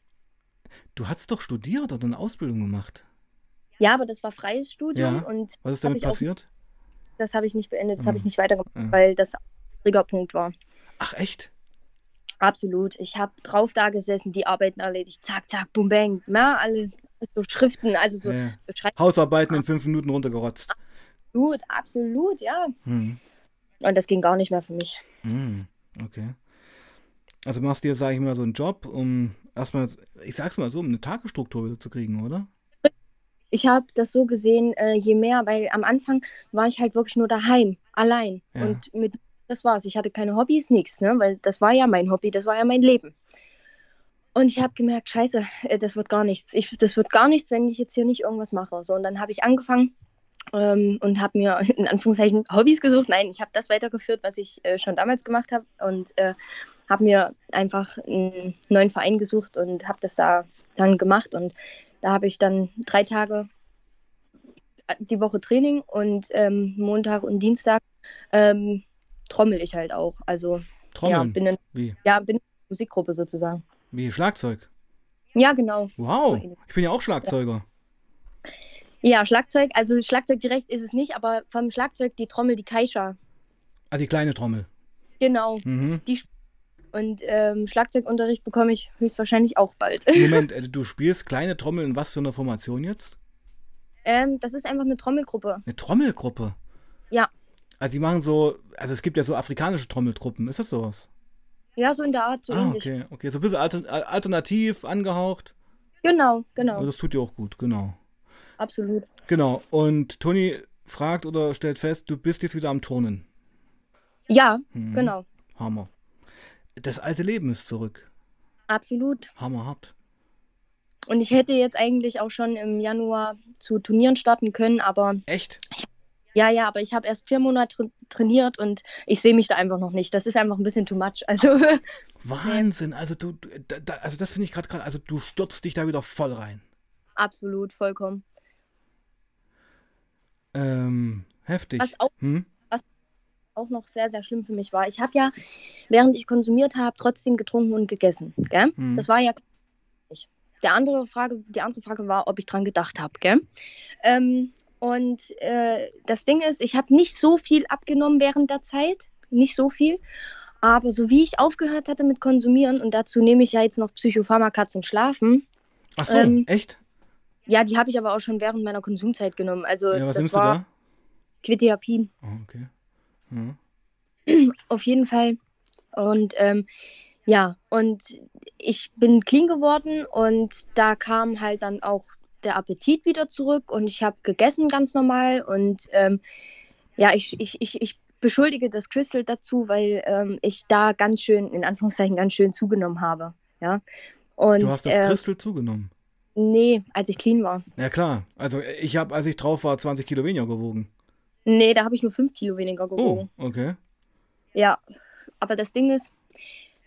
du hast doch studiert oder eine Ausbildung gemacht. Ja, aber das war freies Studium Ja. und Was ist habe damit ich auch, passiert? das habe ich nicht beendet, das habe ich Hm, nicht weitergemacht, äh. weil das ein Triggerpunkt war. Ach, echt? Absolut. Ich habe drauf da gesessen, die Arbeiten erledigt, zack, zack, bum, bang. Ja, alle so Schriften, also so Ja. Beschreibungen. Hausarbeiten in fünf Minuten runtergerotzt. Absolut, absolut, ja. Hm, Und das ging gar nicht mehr für mich. hm, okay. Also machst dir, sage ich mal, so einen Job, um erstmal, ich sag's mal so, um eine Tagesstruktur wieder zu kriegen, oder? Ich habe das so gesehen, äh, je mehr, weil am Anfang war ich halt wirklich nur daheim, allein. Ja. Und mit das war's. Ich hatte keine Hobbys, nichts, ne? Weil das war ja mein Hobby, das war ja mein Leben. Und ich habe gemerkt, scheiße, äh, das wird gar nichts. Ich, das wird gar nichts, wenn ich jetzt hier nicht irgendwas mache. So, und dann habe ich angefangen ähm, und habe mir in Anführungszeichen Hobbys gesucht. Nein, ich habe das weitergeführt, was ich äh, schon damals gemacht habe und äh, habe mir einfach einen neuen Verein gesucht und habe das da dann gemacht. Und da habe ich dann drei Tage die Woche Training und ähm, Montag und Dienstag ähm, trommel ich halt auch. Also ja, Trommeln. bin in, Wie? ja, bin in der Musikgruppe sozusagen. Wie Schlagzeug. Ja, genau. So Wow. ähnlich. Ich bin ja auch Ja. Schlagzeuger. Ja, Schlagzeug, also Schlagzeug direkt ist es nicht, aber vom Schlagzeug die Trommel, die Kaisha. Ah, die kleine Trommel. Genau, Mhm. die sp- und ähm, Schlagzeugunterricht bekomme ich höchstwahrscheinlich auch bald. Moment, äh, du spielst kleine Trommel in was für einer Formation jetzt? ähm, das ist einfach eine Trommelgruppe. Eine Trommelgruppe. Ja, Also die machen so, also es gibt ja so afrikanische Trommelgruppen. Ist das sowas? ja, so in der Art, so Ah, ähnlich. okay, okay. So ein bisschen alter, alternativ angehaucht. Genau, Also genau, das tut dir auch gut, genau. absolut. Genau. Und Toni fragt oder stellt fest, du bist jetzt wieder am Turnen. Ja, Mhm. genau, Hammer. Das alte Leben ist zurück. absolut. Hammerhart. Und ich hätte jetzt eigentlich auch schon im Januar zu Turnieren starten können, aber Echt? ja, ja, aber ich habe erst vier Monate tra trainiert und ich sehe mich da einfach noch nicht. Das ist einfach ein bisschen too much. Also, nee, Wahnsinn. Also du, du da, da, also das finde ich gerade gerade, also du stürzt dich da wieder voll rein. absolut, vollkommen. Ähm, Was heftig. auch, Hm? was auch noch sehr, sehr schlimm für mich war. Ich habe ja, während ich konsumiert habe, trotzdem getrunken und gegessen. Gell? Hm. Das war ja nicht. Der andere Frage, die andere Frage war, ob ich dran gedacht habe. Gell? Ähm, und äh, das Ding ist, ich habe nicht so viel abgenommen während der Zeit. Nicht so viel. Aber so wie ich aufgehört hatte mit Konsumieren, und dazu nehme ich ja jetzt noch Psychopharmaka zum Schlafen, Ach so, ähm, echt? ja, die habe ich aber auch schon während meiner Konsumzeit genommen. Also Ja, was das nimmst du war da? Quetiapin Oh, okay. Ja. auf jeden Fall. Und ähm, ja, und ich bin clean geworden und da kam halt dann auch der Appetit wieder zurück und ich habe gegessen ganz normal und ähm, ja, ich, ich, ich, ich beschuldige das Crystal dazu, weil ähm, ich da ganz schön, in Anführungszeichen, ganz schön zugenommen habe. Ja. Du Und hast auf äh, Crystal zugenommen. nee, als ich clean war. Ja klar. Also ich habe, als ich drauf war, zwanzig Kilo weniger gewogen. Nee, da habe ich nur fünf Kilo weniger Oh, gewogen. okay. Ja, aber das Ding ist,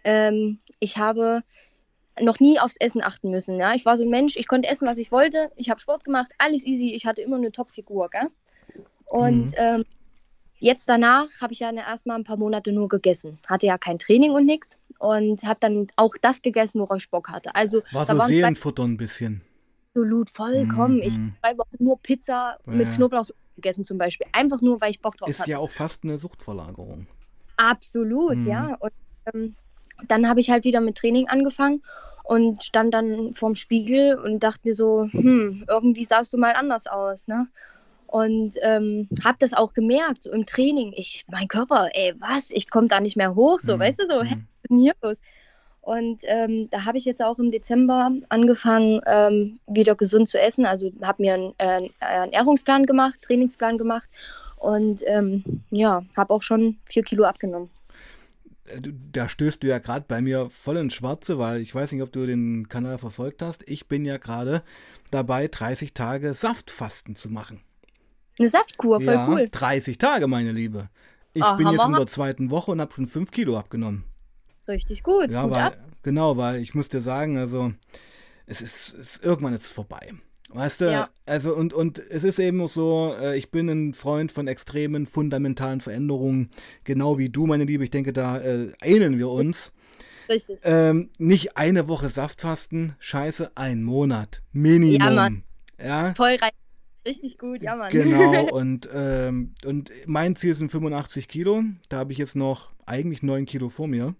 ähm, ich habe noch nie aufs Essen achten müssen. Ja? Ich war so ein Mensch, ich konnte essen, was ich wollte. Ich habe Sport gemacht, alles easy. Ich hatte immer eine Top-Figur. Gell? Und Mhm. ähm, jetzt danach habe ich ja erst mal ein paar Monate nur gegessen. Hatte ja kein Training und nichts. Und habe dann auch das gegessen, worauf ich Bock hatte. Also War da so waren zwei Seelenfutter ein bisschen. absolut vollkommen. Ich habe Mhm. zwei Wochen nur Pizza Ja, mit ja. Knoblauch gegessen zum Beispiel. Einfach nur, weil ich Bock drauf Ist ja hatte. auch fast eine Suchtverlagerung. Absolut, Mhm. ja. Und ähm, dann habe ich halt wieder mit Training angefangen und stand dann vorm Spiegel und dachte mir so, hm, irgendwie sahst du mal anders aus, ne? Und ähm, habe das auch gemerkt, so im Training. Ich, mein Körper, ey, was? Ich komme da nicht mehr hoch, so, Mhm. weißt du, so, hä, Mhm. was ist denn hier los? Und ähm, da habe ich jetzt auch im Dezember angefangen, ähm, wieder gesund zu essen. Also habe mir einen äh, Ernährungsplan gemacht, Trainingsplan gemacht und ähm, ja, habe auch schon vier Kilo abgenommen. Äh, du- Da stößt du ja gerade bei mir voll ins Schwarze, weil ich weiß nicht, ob du den Kanal verfolgt hast. Ich bin ja gerade dabei, dreißig Tage Saftfasten zu machen. Eine Saftkur, voll Ja, cool. dreißig Tage, meine Liebe. Ich Ah, bin jetzt Hammer, in Hammer. der zweiten Woche und habe schon fünf Kilo abgenommen. Richtig gut. Ja, Hut ab. weil, genau, weil ich muss dir sagen, also es ist, es, irgendwann ist es vorbei. Weißt du, Ja, also und, und es ist eben so, äh, ich bin ein Freund von extremen, fundamentalen Veränderungen, genau wie du, meine Liebe. Ich denke, da äh, ähneln wir uns. richtig. Ähm, nicht eine Woche Saftfasten, scheiße, ein Monat. Ja, Mann. Minimum. Ja, Voll rein. Richtig gut, ja, Mann. genau. Und, ähm, und mein Ziel sind fünfundachtzig Kilo. Da habe ich jetzt noch eigentlich neun Kilo vor mir.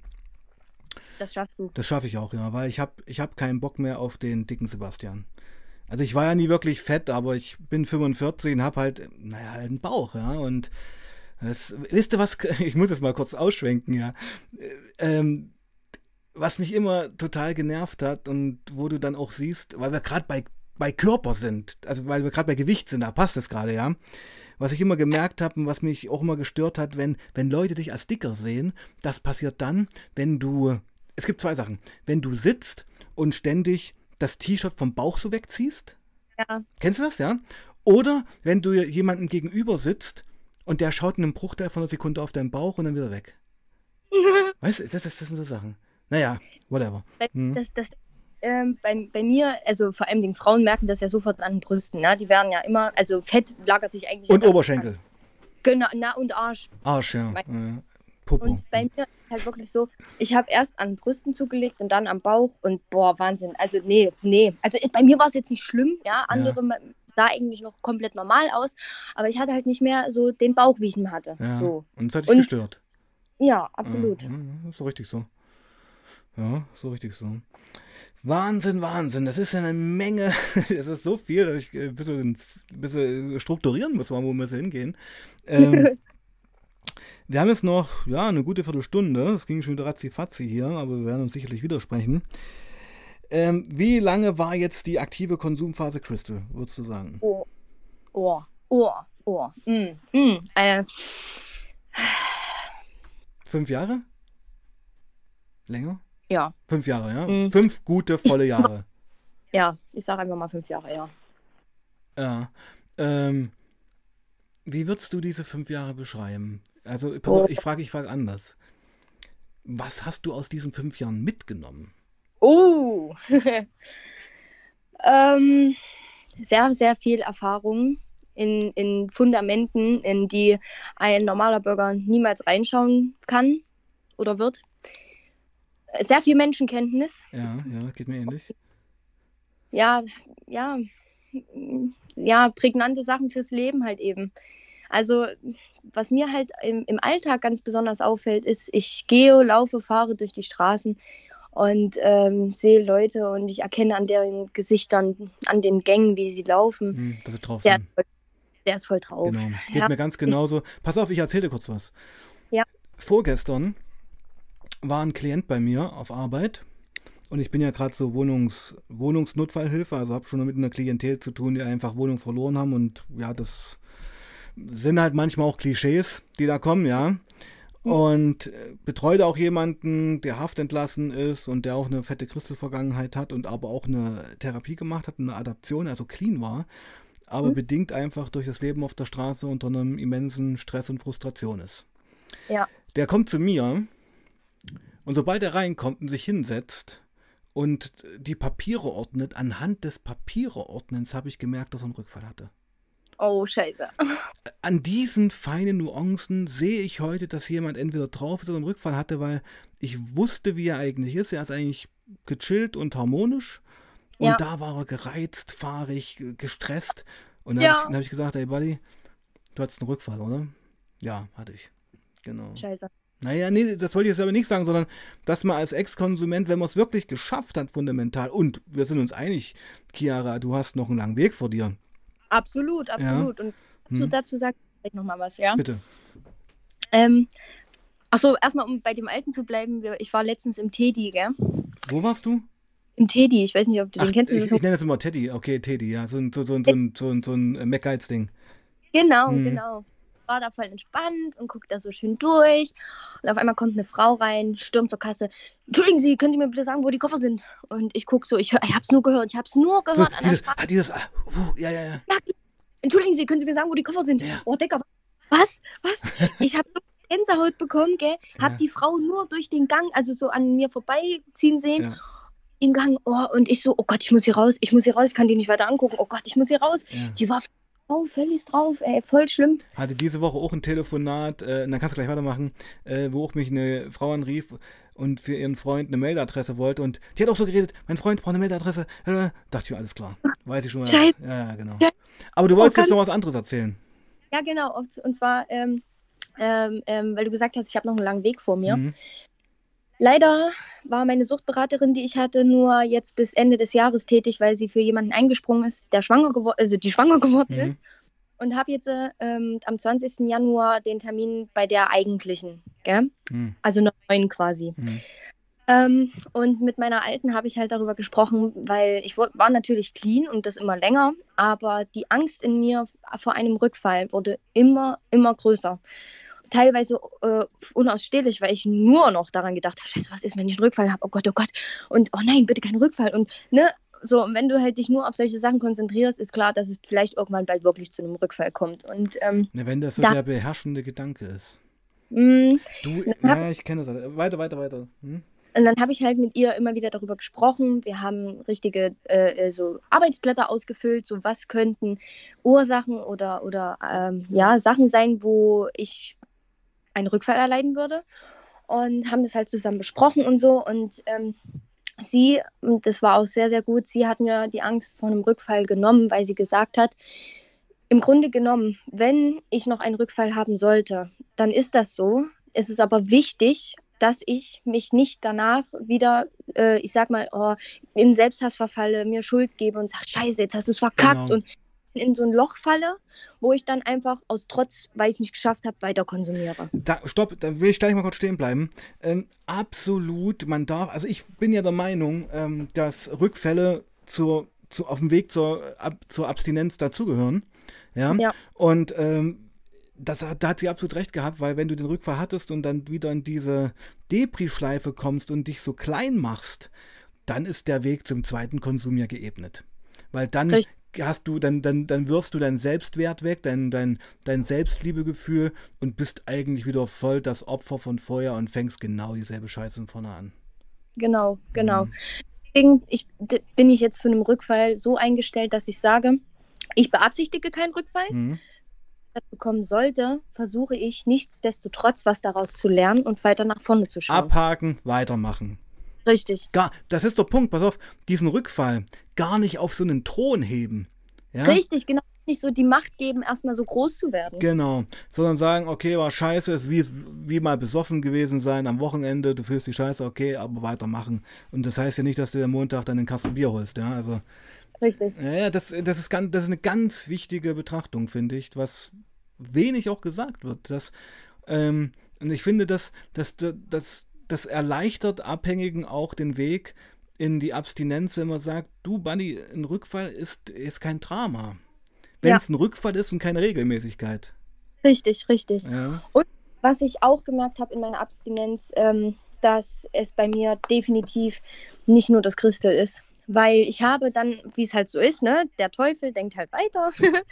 Das schaffst du. Das schaffe ich auch, ja, weil ich habe ich hab keinen Bock mehr auf den dicken Sebastian. Also ich war ja nie wirklich fett, aber ich bin fünfundvierzig und habe halt, naja, halt einen Bauch, ja. Und das, wisst ihr was, ich muss jetzt mal kurz ausschwenken, ja. Ähm, Was mich immer total genervt hat und wo du dann auch siehst, weil wir gerade bei, bei Körper sind, also weil wir gerade bei Gewicht sind, da passt es gerade, ja. Was ich immer gemerkt habe und was mich auch immer gestört hat, wenn, wenn Leute dich als dicker sehen, das passiert dann, wenn du, es gibt zwei Sachen, wenn du sitzt und ständig das T-Shirt vom Bauch so wegziehst, Ja. kennst du das, ja? Oder wenn du jemandem gegenüber sitzt und der schaut in einem Bruchteil von einer Sekunde auf deinen Bauch und dann wieder weg. Weißt du, das, das, das sind so Sachen. Naja, whatever. Hm. Das, das, ähm, bei, bei mir, also vor allem den Frauen merken das ja sofort an den Brüsten. Ne? Die werden ja immer, also Fett lagert sich eigentlich am Und besten an. Oberschenkel. Genau, na und Arsch. Arsch, ja. Äh, Popo. Und bei mir ist halt wirklich so, ich habe erst an den Brüsten zugelegt und dann am Bauch und boah, Wahnsinn. Also nee, nee. Also bei mir war es jetzt nicht schlimm, ja. Ja, Andere sah eigentlich noch komplett normal aus, aber ich hatte halt nicht mehr so den Bauch, wie ich ihn hatte. ja. So. Und das hat dich Und gestört. ja, Ja, absolut. ja, ist so richtig so. Ja, so richtig so. Wahnsinn, Wahnsinn. Das ist ja eine Menge. Das ist so viel, dass ich äh, ein bisschen, ein bisschen strukturieren muss, wo wir so hingehen. Ähm, wir haben jetzt noch, ja, eine gute Viertelstunde. Es ging schon wieder ratzi-fatzi hier, aber wir werden uns sicherlich widersprechen. Ähm, wie lange war jetzt die aktive Konsumphase Crystal, würdest du sagen? Oh, oh, oh, oh. Mm, mm. Äh, Fünf Jahre? Länger? ja. Fünf Jahre, ja? Mm. Fünf gute, Ich, volle Jahre. ja, ich sage einfach mal fünf Jahre, ja. Ja. Ähm, wie würdest du diese fünf Jahre beschreiben? Also, pass Oh, auf, ich frage, ich frage anders. Was hast du aus diesen fünf Jahren mitgenommen? oh. ähm, sehr, sehr viel Erfahrung in, in Fundamenten, in die ein normaler Bürger niemals reinschauen kann oder wird. Sehr viel Menschenkenntnis. Ja, ja, geht mir ähnlich. Ja, ja, ja, prägnante Sachen fürs Leben halt eben. Also, was mir halt im, im Alltag ganz besonders auffällt, ist, ich gehe, laufe, fahre durch die Straßen und ähm, sehe Leute und ich erkenne an deren Gesichtern, an den Gängen, wie sie laufen, Hm, dass sie drauf der, sind. der ist voll drauf. Genau. Geht Ja, mir ganz genauso. Pass auf, ich erzähle dir kurz was. ja. Vorgestern war ein Klient bei mir auf Arbeit und ich bin ja gerade so Wohnungs, Wohnungsnotfallhilfe, also habe schon mit einer Klientel zu tun, die einfach Wohnung verloren haben und ja, das sind halt manchmal auch Klischees, die da kommen, ja. Und äh, betreut auch jemanden, der haftentlassen ist und der auch eine fette Crystal-Vergangenheit hat und aber auch eine Therapie gemacht hat, eine Adaption, also clean war, aber Hm? bedingt einfach durch das Leben auf der Straße unter einem immensen Stress und Frustration ist. Ja. Der kommt zu mir Und sobald er reinkommt und sich hinsetzt und die Papiere ordnet, anhand des Papiere-Ordnens habe ich gemerkt, dass er einen Rückfall hatte. Oh, scheiße. An diesen feinen Nuancen sehe ich heute, dass jemand entweder drauf ist oder einen Rückfall hatte, weil ich wusste, wie er eigentlich ist. Er ist eigentlich gechillt und harmonisch. Und Ja. da war er gereizt, fahrig, gestresst. Und dann Ja. habe ich, dann hab ich gesagt, ey Buddy, du hattest einen Rückfall, oder? Ja, hatte ich. Genau. Scheiße. Naja, nee, das wollte ich jetzt aber nicht sagen, sondern dass man als Ex-Konsument, wenn man es wirklich geschafft hat, fundamental, und wir sind uns einig, Chiara, du hast noch einen langen Weg vor dir. Absolut, absolut. Und dazu, Hm. dazu sag ich vielleicht nochmal was, ja? Bitte. Ähm, achso, erstmal, um bei dem Alten zu bleiben, wir, ich war letztens im Teddy, gell? Wo warst du? Im Teddy, ich weiß nicht, ob du Ach, den kennst. Das ich, ist so, ich nenne das immer Teddy. Okay, Teddy, ja. So ein, so, so, so, ein- so ein, so ein McGuides-Ding. genau, Hm. genau. War da voll entspannt und guckt da so schön durch. Und auf einmal kommt eine Frau rein, stürmt zur Kasse. Entschuldigen Sie, können Sie mir bitte sagen, wo die Koffer sind? Und ich gucke so, ich, hör, ich hab's nur gehört, ich hab's nur So, gehört an der dieses, Sprache. ah, dieses, ah, uh, ja, ja, ja. Entschuldigen Sie, können Sie mir sagen, wo die Koffer sind? Ja. Oh, Digga, was? Was? Ich habe Gänsehaut bekommen, gell? Hab Ja. die Frau nur durch den Gang, also so an mir vorbeiziehen sehen. Ja, Im Gang, oh, und ich so, oh Gott, ich muss hier raus, ich muss hier raus, ich kann die nicht weiter angucken. Oh Gott, ich muss hier raus. ja. Die war drauf, völlig drauf, ey, voll schlimm. Hatte diese Woche auch ein Telefonat, äh, dann kannst du gleich weitermachen, äh, wo auch mich eine Frau anrief und für ihren Freund eine Mailadresse wollte. Und die hat auch so geredet, mein Freund braucht eine Mailadresse. Äh, dachte ich mir, alles klar. Weiß ich schon mal. Scheiße. Ja, ja, genau. Aber du wolltest Oh, jetzt noch ganz- was anderes erzählen. Ja, genau. Und und zwar, ähm, ähm, ähm, weil du gesagt hast, ich habe noch einen langen Weg vor mir. Mhm. Leider war meine Suchtberaterin, die ich hatte, nur jetzt bis Ende des Jahres tätig, weil sie für jemanden eingesprungen ist, der schwanger geworden, also die schwanger geworden Mhm. ist. Und habe jetzt äh, ähm, am zwanzigsten Januar den Termin bei der eigentlichen, gell? Mhm. Also einer neuen quasi. Mhm. Ähm, und mit meiner Alten habe ich halt darüber gesprochen, weil ich wo- war natürlich clean und das immer länger, aber die Angst in mir f- vor einem Rückfall wurde immer, immer größer. Teilweise äh, unausstehlich, weil ich nur noch daran gedacht habe, Scheiße, was ist, wenn ich einen Rückfall habe? Oh Gott, oh Gott. Und oh nein, bitte keinen Rückfall. Und ne, so, und wenn du halt dich nur auf solche Sachen konzentrierst, ist klar, dass es vielleicht irgendwann bald wirklich zu einem Rückfall kommt. Und ähm, Na, wenn das so Da- der beherrschende Gedanke ist. mh, Du, Hab- ja, ich kenne das. Weiter, weiter, weiter. Hm? Und dann habe ich halt mit ihr immer wieder darüber gesprochen. Wir haben richtige äh, so Arbeitsblätter ausgefüllt, so was könnten Ursachen oder, oder ähm, ja, Sachen sein, wo ich einen Rückfall erleiden würde. Und haben das halt zusammen besprochen und so. Und ähm, sie, und das war auch sehr, sehr gut, sie hat mir die Angst vor einem Rückfall genommen, weil sie gesagt hat, im Grunde genommen, wenn ich noch einen Rückfall haben sollte, dann ist das so. Es ist aber wichtig, dass ich mich nicht danach wieder, äh, ich sag mal, oh, in Selbsthass verfalle, mir Schuld gebe und sage, Scheiße, jetzt hast du es verkackt Genau. und in so ein Loch falle, wo ich dann einfach aus Trotz, weil ich es nicht geschafft habe, weiter konsumiere. Da, stopp, da will ich gleich mal kurz stehen bleiben. Ähm, absolut, man darf, also ich bin ja der Meinung, ähm, dass Rückfälle zur, zu, auf dem Weg zur, ab, zur Abstinenz dazugehören. Ja. Ja. Und ähm, das, hat- da hat sie absolut recht gehabt, weil wenn du den Rückfall hattest und dann wieder in diese Depri-Schleife kommst und dich so klein machst, dann ist der Weg zum zweiten Konsum ja geebnet. Weil dann Richtig. hast du, dann, dann, dann wirfst du deinen Selbstwert weg, dein, dein, dein Selbstliebegefühl und bist eigentlich wieder voll das Opfer von vorher und fängst genau dieselbe Scheiße von vorne an. Genau, genau. Mhm. Deswegen ich, d- bin ich jetzt zu einem Rückfall so eingestellt, dass ich sage, ich beabsichtige keinen Rückfall. Mhm. das bekommen sollte, versuche ich nichtsdestotrotz was daraus zu lernen und weiter nach vorne zu schauen. Abhaken, weitermachen. Richtig. Gar, das ist der Punkt, pass auf, diesen Rückfall gar nicht auf so einen Thron heben. Ja? Richtig, genau. Nicht so die Macht geben, erstmal so groß zu werden. Genau, sondern sagen, okay, war scheiße, ist wie, wie mal besoffen gewesen sein am Wochenende, du fühlst dich scheiße, okay, aber weitermachen. Und das heißt ja nicht, dass du am Montag dann einen Kasten Bier holst, ja, also, Richtig. ja, ja, das, das, ist ganz, das ist eine ganz wichtige Betrachtung, finde ich, was wenig auch gesagt wird. Das, ähm, und ich finde, dass das, das, das erleichtert Abhängigen auch den Weg in die Abstinenz, wenn man sagt, du, Buddy, ein Rückfall ist, ist kein Drama. Wenn Ja. es ein Rückfall ist und keine Regelmäßigkeit. Richtig, richtig. Ja. Was ich auch gemerkt habe in meiner Abstinenz, ähm, dass es bei mir definitiv nicht nur das Christel ist. Weil ich habe dann, wie es halt so ist, ne, der Teufel denkt halt weiter.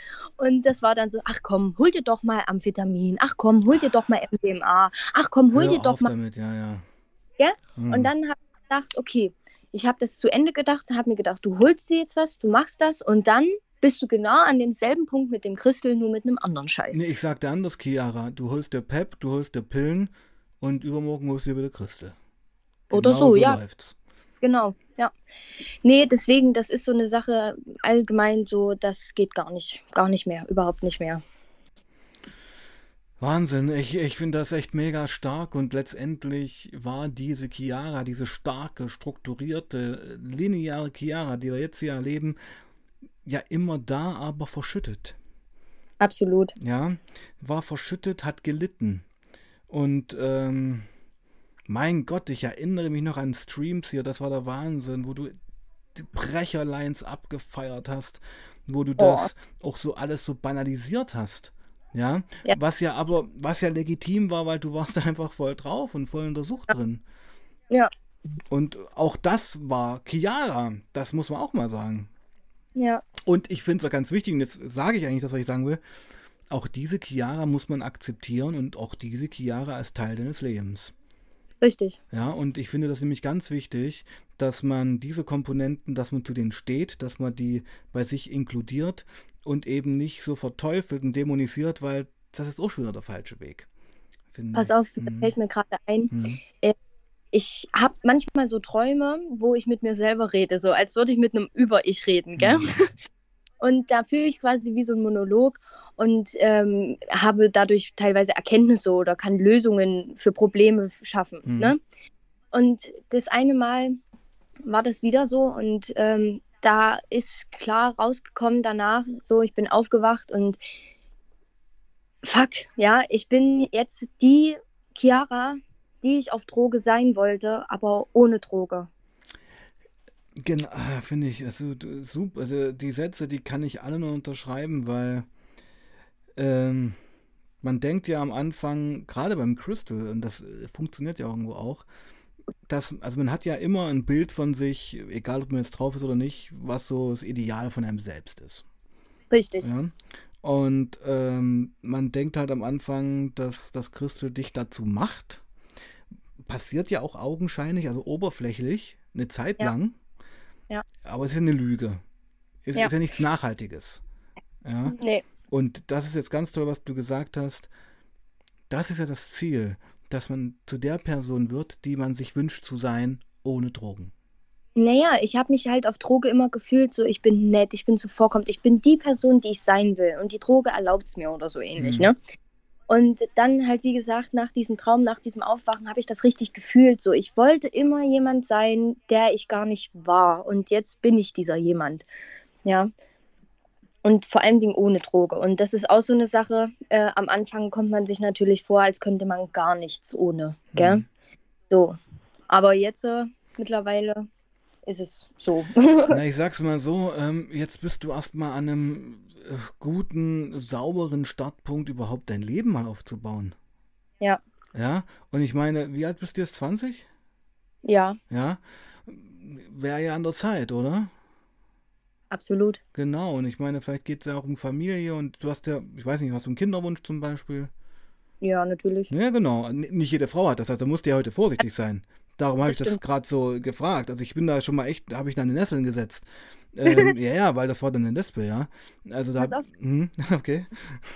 Und das war dann so, ach komm, hol dir doch mal Amphetamin. Ach komm, hol dir doch mal M D M A. Ach komm, hol Hör dir doch auf mal, damit, ja, ja. gell? Und Hm. dann habe ich gedacht, okay, ich habe das zu Ende gedacht, habe mir gedacht, du holst dir jetzt was, du machst das und dann bist du genau an demselben Punkt mit dem Christel, nur mit einem anderen Nee, Scheiß. ich sagte anders, Chiara. Du holst dir Pep, du holst dir Pillen und übermorgen holst du dir wieder Christel. Oder Genau so, so ja, läuft's. genau, ja. Nee, deswegen, das ist so eine Sache allgemein so, das geht gar nicht, gar nicht mehr, überhaupt nicht mehr. Wahnsinn, ich, ich finde das echt mega stark und letztendlich war diese Chiara, diese starke, strukturierte, lineare Chiara, die wir jetzt hier erleben, ja immer da, aber verschüttet. Absolut. Ja, war verschüttet, hat gelitten. Und ähm, mein Gott, ich erinnere mich noch an Streams hier, das war der Wahnsinn, wo du die Brecherlines abgefeiert hast, wo du Oh, das auch so alles so banalisiert hast. Ja, ja, was ja aber, was ja legitim war, weil du warst einfach voll drauf und voll in der Sucht drin. ja, Und auch das war Chiara, das muss man auch mal sagen. ja, Und ich finde es auch ganz wichtig, und jetzt sage ich eigentlich das, was ich sagen will, auch diese Chiara muss man akzeptieren und auch diese Chiara als Teil deines Lebens. richtig. Ja, und ich finde das nämlich ganz wichtig, dass man diese Komponenten, dass man zu denen steht, dass man die bei sich inkludiert und eben nicht so verteufelt und dämonisiert, weil das ist auch schon wieder der falsche Weg, finde Pass ich. auf, da Hm, fällt mir gerade ein. hm, äh, Ich habe manchmal so Träume, wo ich mit mir selber rede, so als würde ich mit einem Über-Ich reden, gell? hm, Und da fühle ich quasi wie so ein Monolog und ähm, habe dadurch teilweise Erkenntnisse oder kann Lösungen für Probleme schaffen. hm. Ne? Und das eine Mal war das wieder so und ähm, da ist klar rausgekommen danach, so ich bin aufgewacht und fuck, ja, ich bin jetzt die Chiara, die ich auf Droge sein wollte, aber ohne Droge. Genau, finde ich, also du- super, also die Sätze, die kann ich alle nur unterschreiben, weil ähm, man denkt ja am Anfang, gerade beim Crystal, und das äh, funktioniert ja irgendwo auch, dass, also man hat ja immer ein Bild von sich, egal ob man jetzt drauf ist oder nicht, was so das Ideal von einem selbst ist. Richtig. Ja? Und ähm, man denkt halt am Anfang, dass das Crystal dich dazu macht. Passiert ja auch augenscheinlich, also oberflächlich, eine Zeit Ja, lang, ja, aber es ist ja eine Lüge. Es ist ja. ja nichts Nachhaltiges. Ja? Nee. Und das ist jetzt ganz toll, was du gesagt hast. Das ist ja das Ziel, dass man zu der Person wird, die man sich wünscht zu sein, ohne Drogen. Naja, ich habe mich halt auf Droge immer gefühlt, so ich bin nett, ich bin zuvorkommend, ich bin die Person, die ich sein will und die Droge erlaubt es mir oder so ähnlich, Hm. ne? Und dann halt, wie gesagt, nach diesem Traum, nach diesem Aufwachen habe ich das richtig gefühlt, so ich wollte immer jemand sein, der ich gar nicht war und jetzt bin ich dieser jemand, ja? Und vor allen Dingen ohne Droge. Und das ist auch so eine Sache, äh, am Anfang kommt man sich natürlich vor, als könnte man gar nichts ohne, gell? Hm. So. Aber jetzt äh, mittlerweile ist es so. Na, ich sag's mal so, ähm, jetzt bist du erstmal an einem äh, guten, sauberen Startpunkt, überhaupt dein Leben mal aufzubauen. Ja, Ja, und ich meine, wie alt bist du jetzt? zwanzig? ja, Ja, wäre ja an der Zeit, oder? absolut. Genau, und ich meine, vielleicht geht es ja auch um Familie und du hast ja, ich weiß nicht, hast du einen Kinderwunsch zum Beispiel? Ja, natürlich. Ja, genau. N- Nicht jede Frau hat das, also da musst du ja heute vorsichtig sein. Darum habe ich Das das stimmt. gerade so gefragt. Also ich bin da schon mal echt, da habe ich da in die Nesseln gesetzt. Ähm, ja, ja, weil das war dann eine Lesbe, ja. Also da, Pass auf. hm, okay.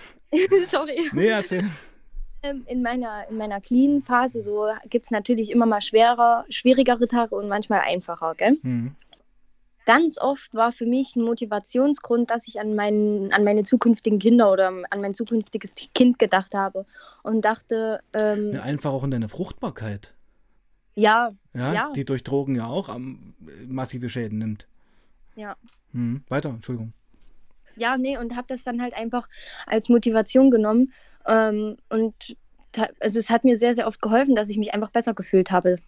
Sorry. Nee, erzähl. Ähm, In meiner, in meiner clean Phase so gibt es natürlich immer mal schwerer, schwierigere Tage und manchmal einfacher, gell? Hm. Ganz oft war für mich ein Motivationsgrund, dass ich an, meinen, an meine zukünftigen Kinder oder an mein zukünftiges Kind gedacht habe und dachte, Ja, ähm, einfach auch in deine Fruchtbarkeit. ja, Ja, ja, die durch Drogen ja auch am, massive Schäden nimmt. ja, Hm. Weiter, Entschuldigung. ja, nee, und habe das dann halt einfach als Motivation genommen. Ähm, und ta- also es hat mir sehr, sehr oft geholfen, dass ich mich einfach besser gefühlt habe.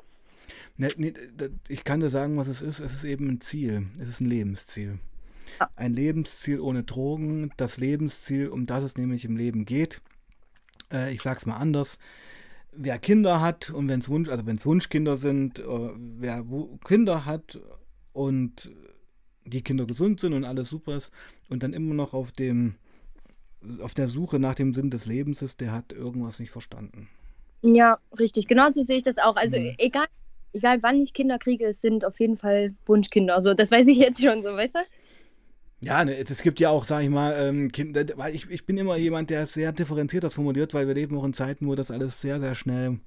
Ne, ne, d- ich kann dir sagen, was es ist. Es ist eben ein Ziel. Es ist ein Lebensziel. Ja, Ein Lebensziel ohne Drogen. Das Lebensziel, um das es nämlich im Leben geht. Äh, ich sag's mal anders. Wer Kinder hat und wenn es Wunsch, also wenn es Wunschkinder sind, äh, wer Wu- Kinder hat und die Kinder gesund sind und alles super ist und dann immer noch auf dem auf der Suche nach dem Sinn des Lebens ist, der hat irgendwas nicht verstanden. Ja, richtig. Genauso sehe ich das auch. Also Hm. egal, egal wann ich Kinder kriege, es sind auf jeden Fall Wunschkinder. Also das weiß ich jetzt schon so, weißt du? Ja, ne, es gibt ja auch, sag ich mal, ähm, Kinder, weil ich, ich bin immer jemand, der sehr differenziert das formuliert, weil wir leben auch in Zeiten, wo das alles sehr, sehr schnell,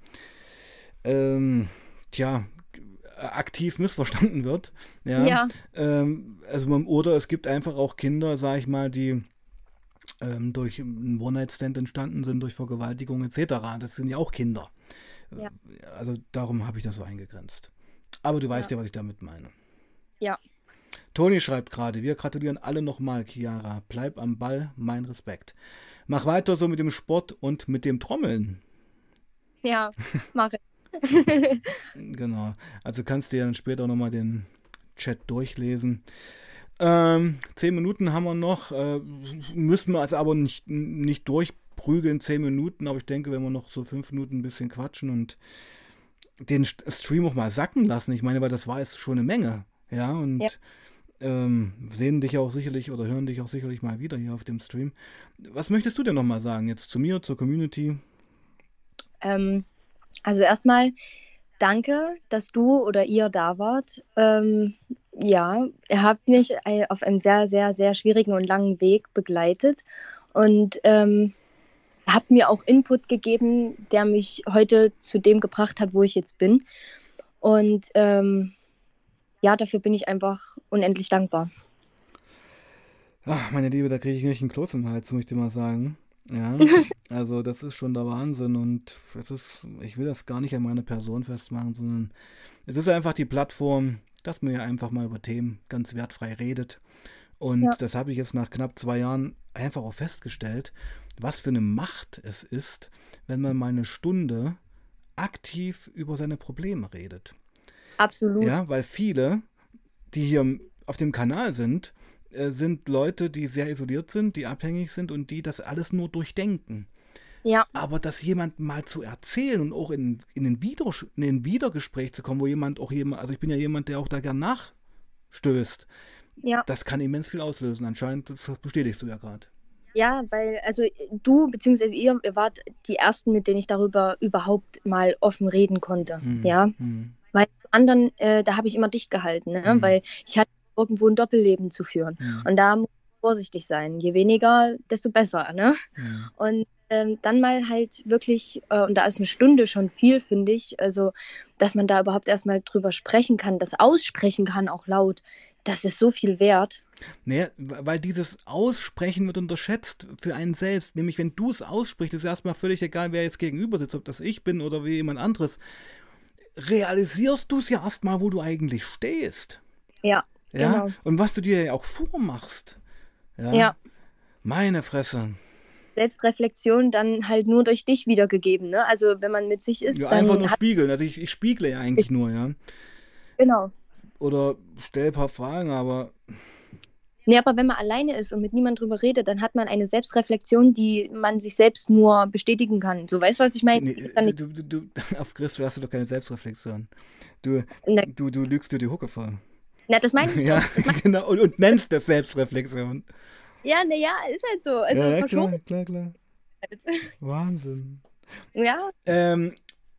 ähm, tja, aktiv missverstanden wird. Ja, Ja, ähm, also man, oder es gibt einfach auch Kinder, sag ich mal, die ähm, durch einen One-Night-Stand entstanden sind, durch Vergewaltigung et cetera. Das sind ja auch Kinder. ja, Also darum habe ich das so eingegrenzt. Aber du weißt ja, ja, was ich damit meine. ja. Toni schreibt gerade, wir gratulieren alle nochmal, Chiara. Bleib am Ball, mein Respekt. Mach weiter so mit dem Sport und mit dem Trommeln. Ja, mache ich. Genau. Also kannst du ja dann später nochmal den Chat durchlesen. Ähm, zehn Minuten haben wir noch. Äh, müssen wir also aber nicht, nicht durchprügeln, zehn Minuten. Aber ich denke, wenn wir noch so fünf Minuten ein bisschen quatschen und den Stream auch mal sacken lassen. Ich meine, weil das war jetzt schon eine Menge. Ja, Ja. und ähm, sehen dich auch sicherlich oder hören dich auch sicherlich mal wieder hier auf dem Stream. Was möchtest du denn nochmal sagen? Jetzt zu mir, zur Community? Ähm, also erstmal danke, dass du oder ihr da wart. Ähm, ja, ihr habt mich äh, auf einem sehr, sehr, sehr schwierigen und langen Weg begleitet und ähm, habt mir auch Input gegeben, der mich heute zu dem gebracht hat, wo ich jetzt bin. Und ähm, ja, dafür bin ich einfach unendlich dankbar. Ach, meine Liebe, da kriege ich nicht einen Kloß im Hals, muss ich dir mal sagen. Ja, also das ist schon der Wahnsinn und es ist, ich will das gar nicht an meiner Person festmachen, sondern es ist einfach die Plattform, dass man ja einfach mal über Themen ganz wertfrei redet. Ja, Und das habe ich jetzt nach knapp zwei Jahren einfach auch festgestellt, was für eine Macht es ist, wenn man mal eine Stunde aktiv über seine Probleme redet. absolut. Ja, weil viele, die hier auf dem Kanal sind, äh, sind Leute, die sehr isoliert sind, die abhängig sind und die das alles nur durchdenken. Ja, Aber das jemand mal zu erzählen und auch in, in, ein Wieder, in ein Wiedergespräch zu kommen, wo jemand auch jemand, also ich bin ja jemand, der auch da gern nachstößt, ja. das kann immens viel auslösen. Anscheinend, das bestätigst du ja gerade. Ja, weil, also du bzw. ihr, ihr wart die Ersten, mit denen ich darüber überhaupt mal offen reden konnte. Hm, Ja, hm, weil die anderen, äh, da habe ich immer dicht gehalten, ne? hm, Weil ich hatte irgendwo ein Doppelleben zu führen. hm, Und da muss man vorsichtig sein. Je weniger, desto besser, ne? hm. Und ähm, dann mal halt wirklich, äh, und da ist eine Stunde schon viel, finde ich, also, dass man da überhaupt erstmal drüber sprechen kann, das aussprechen kann, auch laut, das ist so viel wert. Naja, weil dieses Aussprechen wird unterschätzt für einen selbst. Nämlich, wenn du es aussprichst, ist erstmal völlig egal, wer jetzt gegenüber sitzt, ob das ich bin oder wie jemand anderes. Realisierst du es ja erstmal, wo du eigentlich stehst. Ja, Ja, genau. und was du dir ja auch vormachst. Ja, Ja, meine Fresse. Selbstreflexion dann halt nur durch dich wiedergegeben, ne? Also wenn man mit sich Ja, ist, einfach dann nur hat spiegeln. Also ich, ich spiegle ja eigentlich nur, ja. genau. Oder stell ein paar Fragen, aber Nee, aber wenn man alleine ist und mit niemandem drüber redet, dann hat man eine Selbstreflexion, die man sich selbst nur bestätigen kann. So, weißt du, was ich meine? nee, Es gibt dann du, nicht, du, du, auf Christus hast du doch keine Selbstreflexion. Du, na, du, du lügst dir die Hucke voll. na, das meine ich Ja, doch. Das mein, genau. Und, und nennst das Selbstreflexion. ja, naja, ist halt so. Ja, Also ja, verschoben klar, klar, klar. halt. Wahnsinn. Ja, Ähm,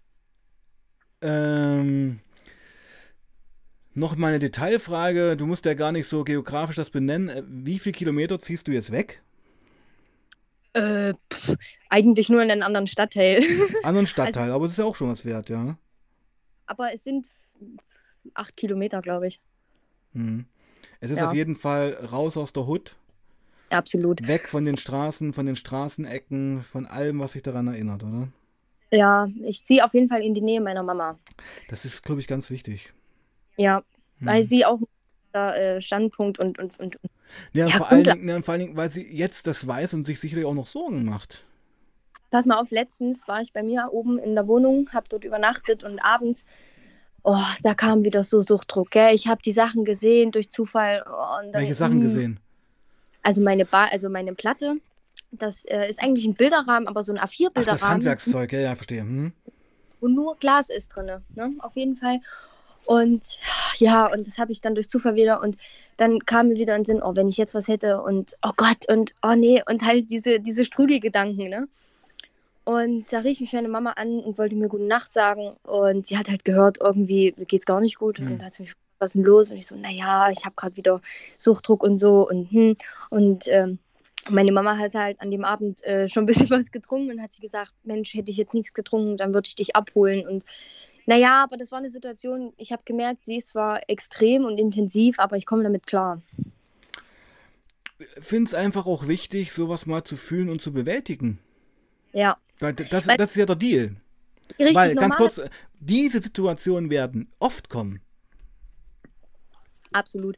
ähm, noch mal eine Detailfrage. Du musst ja gar nicht so geografisch das benennen. Äh, Wie viel Kilometer ziehst du jetzt weg? äh, pff, eigentlich nur in einen anderen Stadtteil. Anderen Also, Stadtteil, aber das ist ja auch schon was wert, ja. aber es sind acht Kilometer, glaube ich. Hm. Es ist auf Ja, jeden Fall raus aus der Hut, absolut. weg von den Straßen, von den Straßenecken, von allem, was sich daran erinnert, oder? Ja, ich ziehe auf jeden Fall in die Nähe meiner Mama. Das ist, glaube ich, ganz wichtig. Ja, weil Hm. sie auch äh, Standpunkt und, und, und Ja, und ja, vor allen Grundlage. Dingen, ja, und vor allen Dingen, weil sie jetzt das weiß und sich sicherlich auch noch Sorgen macht. Pass mal auf, letztens war ich bei mir oben in der Wohnung, habe dort übernachtet und abends, oh, da kam wieder so Suchtdruck, gell? Ich habe die Sachen gesehen durch Zufall oh, und dann, Welche Sachen mm, gesehen? also meine ba also meine Platte, das äh, ist eigentlich ein Bilderrahmen, aber so ein A vier Ach, das Bilderrahmen, Handwerkszeug, ja, ja, verstehe. Hm? wo nur Glas ist drin, ne? Auf jeden Fall. Und ja, und das habe ich dann durch Zufall wieder und dann kam mir wieder in den Sinn, oh, wenn ich jetzt was hätte und oh Gott und oh nee und halt diese, diese Strudelgedanken, ne? Und da rief mich meine Mama an und wollte mir gute Nacht sagen. Und sie hat halt gehört, irgendwie geht's gar nicht gut. Hm. Und da hat sie mich gefragt, was ist denn los? Und ich so, naja, ich habe gerade wieder Suchtdruck und so. Und hm. Und ähm, meine Mama hat halt an dem Abend äh, schon ein bisschen was getrunken und hat sie gesagt, Mensch, hätte ich jetzt nichts getrunken, dann würde ich dich abholen. Und naja, aber das war eine Situation, ich habe gemerkt, sie ist zwar extrem und intensiv, aber ich komme damit klar. Ich finde es einfach auch wichtig, sowas mal zu fühlen und zu bewältigen. Ja. Weil Das, Weil, das ist ja der Deal. richtig Weil, ganz normal, kurz, diese Situationen werden oft kommen. absolut.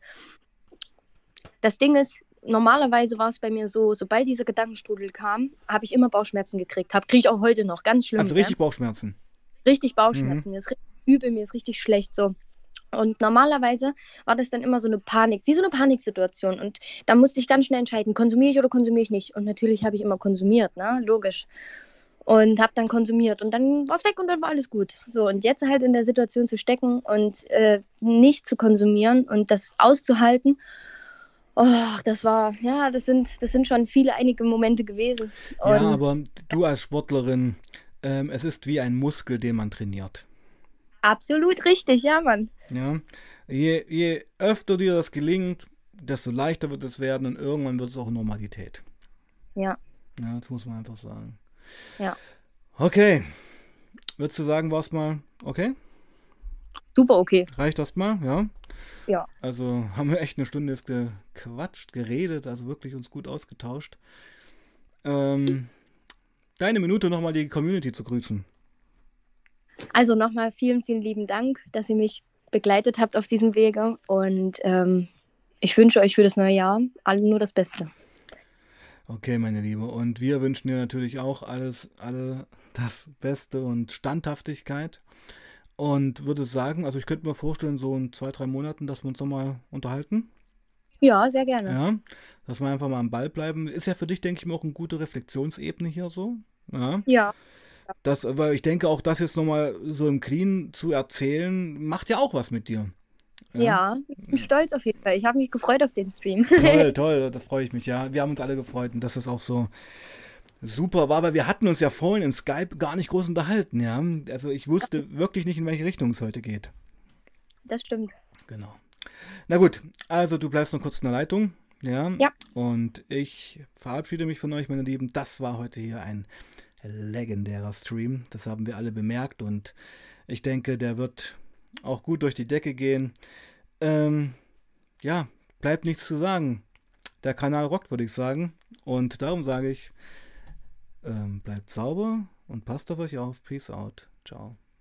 Das Ding ist, normalerweise war es bei mir so, sobald dieser Gedankenstrudel kam, habe ich immer Bauchschmerzen gekriegt. Kriege ich auch heute noch, ganz schlimm. Also Ja? richtig Bauchschmerzen. Richtig Mhm. Bauchschmerzen, mir ist richtig übel, mir ist richtig schlecht so. Und normalerweise war das dann immer so eine Panik, wie so eine Paniksituation. Und da musste ich ganz schnell entscheiden, konsumiere ich oder konsumiere ich nicht. Und natürlich habe ich immer konsumiert, ne? Logisch. Und habe dann konsumiert. Und dann war es weg und dann war alles gut. So, und jetzt halt in der Situation zu stecken und äh, nicht zu konsumieren und das auszuhalten, oh, das war, ja, das sind, das sind schon viele, einige Momente gewesen. Ja, Und aber du als Sportlerin, ähm, es ist wie ein Muskel, den man trainiert. absolut richtig, ja, Mann. Ja, je, je öfter dir das gelingt, desto leichter wird es werden und irgendwann wird es auch Normalität. Ja, Ja, das muss man einfach sagen. ja. Okay, würdest du sagen, war es mal okay? Super okay. Reicht das mal? Ja. Ja. Also haben wir echt eine Stunde jetzt gequatscht, geredet, also wirklich uns gut ausgetauscht. Ähm, deine Minute nochmal die Community zu grüßen. Also nochmal vielen, vielen lieben Dank, dass ihr mich begleitet habt auf diesem Wege. Und ähm, ich wünsche euch für das neue Jahr allen nur das Beste. Okay, meine Liebe. Und wir wünschen dir natürlich auch alles, alle das Beste und Standhaftigkeit. Und würde sagen, also ich könnte mir vorstellen, so in zwei, drei Monaten, dass wir uns nochmal unterhalten. Ja, sehr gerne. Ja, dass wir einfach mal am Ball bleiben. Ist ja für dich, denke ich mal, auch eine gute Reflexionsebene hier so. Ja. Ja, Das, weil ich denke, auch das jetzt nochmal so im Clean zu erzählen, macht ja auch was mit dir. Ja, ja, ich bin stolz auf jeden Fall. Ich habe mich gefreut auf den Stream. toll, toll, da freue ich mich, ja. Wir haben uns alle gefreut und dass das auch so super war, weil wir hatten uns ja vorhin in Skype gar nicht groß unterhalten, ja. Also ich wusste wirklich nicht, in welche Richtung es heute geht. Das stimmt. Genau. Na gut, also du bleibst noch kurz in der Leitung, ja. Ja. Und ich verabschiede mich von euch, meine Lieben. Das war heute hier ein legendärer Stream. Das haben wir alle bemerkt und ich denke, der wird auch gut durch die Decke gehen. Ähm, ja, bleibt nichts zu sagen. Der Kanal rockt, würde ich sagen. Und darum sage ich, ähm, bleibt sauber und passt auf euch auf. Peace out. Ciao.